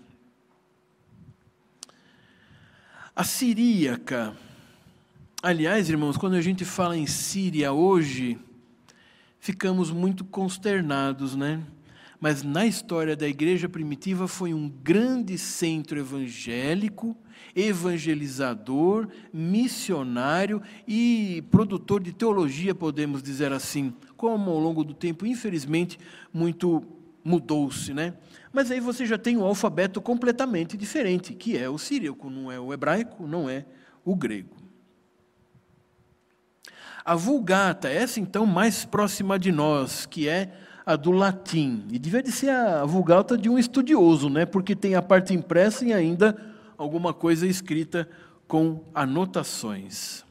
A siríaca. Aliás, irmãos, quando a gente fala em Síria hoje, ficamos muito consternados, né? Mas na história da igreja primitiva foi um grande centro evangélico, evangelizador, missionário e produtor de teologia, podemos dizer assim, como ao longo do tempo, infelizmente, muito mudou-se, né? Mas aí você já tem um alfabeto completamente diferente, que é o siríaco, não é o hebraico, não é o grego. A Vulgata, essa então mais próxima de nós, que é a do latim. E devia de ser a Vulgata de um estudioso, né? Porque tem a parte impressa e ainda alguma coisa escrita com anotações.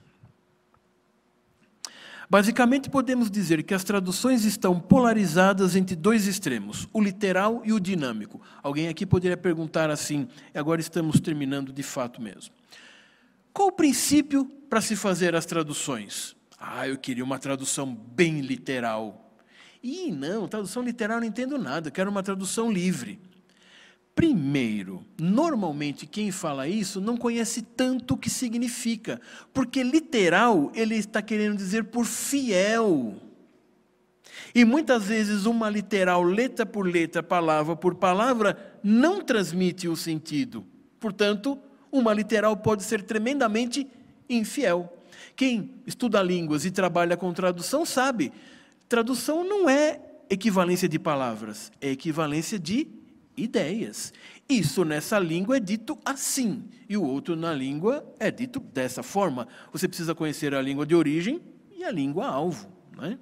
Basicamente, podemos dizer que as traduções estão polarizadas entre dois extremos, o literal e o dinâmico. Alguém aqui poderia perguntar assim, agora estamos terminando de fato mesmo. Qual o princípio para se fazer as traduções? Ah, eu queria uma tradução bem literal. Ih, não, tradução literal não entendo nada, eu quero uma tradução livre. Primeiro, normalmente quem fala isso não conhece tanto o que significa, porque literal ele está querendo dizer por fiel. E muitas vezes uma literal, letra por letra, palavra por palavra, não transmite o sentido. Portanto, uma literal pode ser tremendamente infiel. Quem estuda línguas e trabalha com tradução sabe, tradução não é equivalência de palavras, é equivalência de ideias. Isso nessa língua é dito assim, e o outro na língua é dito dessa forma. Você precisa conhecer a língua de origem e a língua alvo, não é?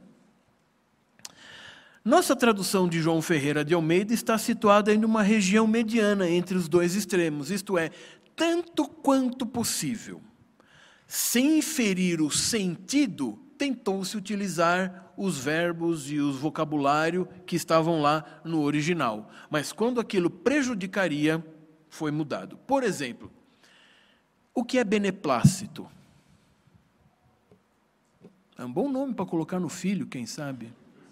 Nossa tradução de João Ferreira de Almeida está situada em uma região mediana entre os dois extremos, isto é, tanto quanto possível. Sem ferir o sentido, tentou-se utilizar os verbos e os vocabulário que estavam lá no original. Mas quando aquilo prejudicaria, foi mudado. Por exemplo, o que é beneplácito? É um bom nome para colocar no filho, quem sabe?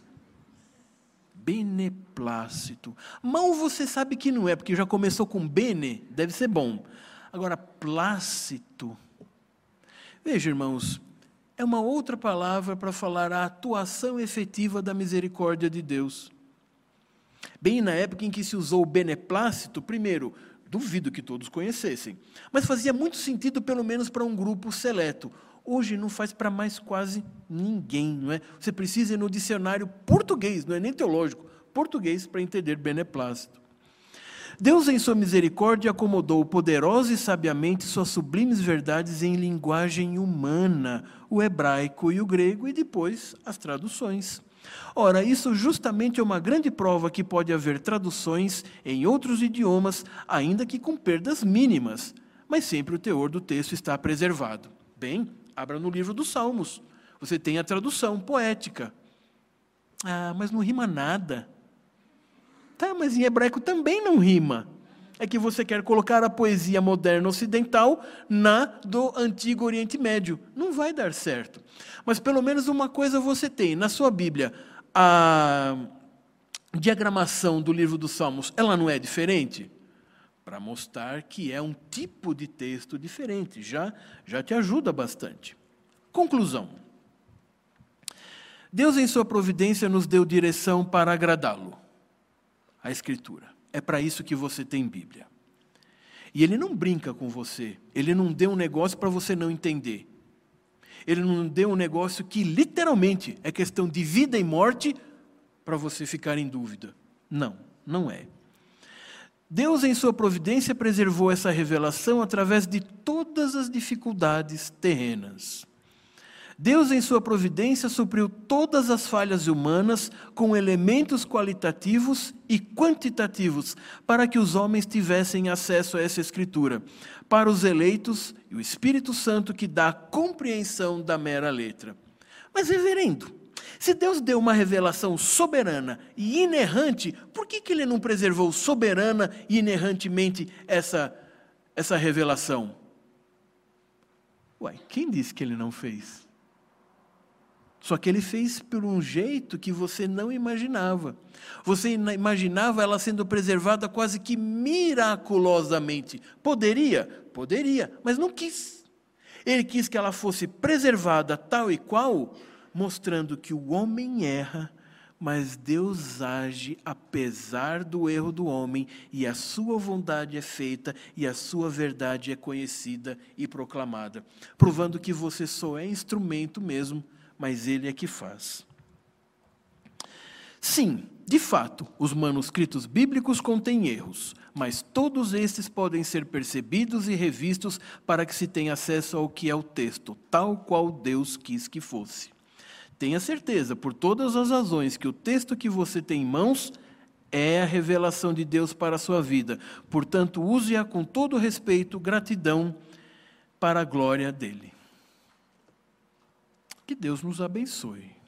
Beneplácito. Mal você sabe que não é, porque já começou com bene, deve ser bom. Agora, plácito. Veja, irmãos, é uma outra palavra para falar a atuação efetiva da misericórdia de Deus. Bem na época em que se usou o beneplácito, primeiro, duvido que todos conhecessem, mas fazia muito sentido pelo menos para um grupo seleto. Hoje não faz para mais quase ninguém, não é? Você precisa ir no dicionário português, não é nem teológico, português para entender beneplácito. Deus, em sua misericórdia, acomodou poderosa e sabiamente suas sublimes verdades em linguagem humana, o hebraico e o grego, e depois as traduções. Ora, isso justamente é uma grande prova que pode haver traduções em outros idiomas, ainda que com perdas mínimas, mas sempre o teor do texto está preservado. Bem, abra no livro dos Salmos, você tem a tradução poética. Ah, mas não rima nada. Tá, mas em hebraico também não rima. É que você quer colocar a poesia moderna ocidental na do Antigo Oriente Médio. Não vai dar certo. Mas pelo menos uma coisa você tem. Na sua Bíblia, a diagramação do livro dos Salmos, ela não é diferente? Para mostrar que é um tipo de texto diferente. Já, já te ajuda bastante. Conclusão. Deus, em sua providência, nos deu direção para agradá-lo. A Escritura. É para isso que você tem Bíblia. E Ele não brinca com você. Ele não deu um negócio para você não entender. Ele não deu um negócio que literalmente é questão de vida e morte para você ficar em dúvida. Não, não é. Deus, em sua providência, preservou essa revelação através de todas as dificuldades terrenas. Deus, em sua providência, supriu todas as falhas humanas com elementos qualitativos e quantitativos para que os homens tivessem acesso a essa Escritura. Para os eleitos, e o Espírito Santo que dá a compreensão da mera letra. Mas, reverendo, se Deus deu uma revelação soberana e inerrante, por que que Ele não preservou soberana e inerrantemente essa, essa revelação? Uai, quem disse que ele não fez? Só que ele fez por um jeito que você não imaginava. Você imaginava ela sendo preservada quase que miraculosamente. Poderia? Poderia, mas não quis. Ele quis que ela fosse preservada tal e qual, mostrando que o homem erra, mas Deus age apesar do erro do homem, e a sua vontade é feita, e a sua verdade é conhecida e proclamada, provando que você só é instrumento mesmo, mas Ele é que faz. Sim, de fato, os manuscritos bíblicos contêm erros, mas todos estes podem ser percebidos e revistos para que se tenha acesso ao que é o texto, tal qual Deus quis que fosse. Tenha certeza, por todas as razões, que o texto que você tem em mãos é a revelação de Deus para a sua vida. Portanto, use-a com todo respeito, gratidão, para a glória dele. Que Deus nos abençoe.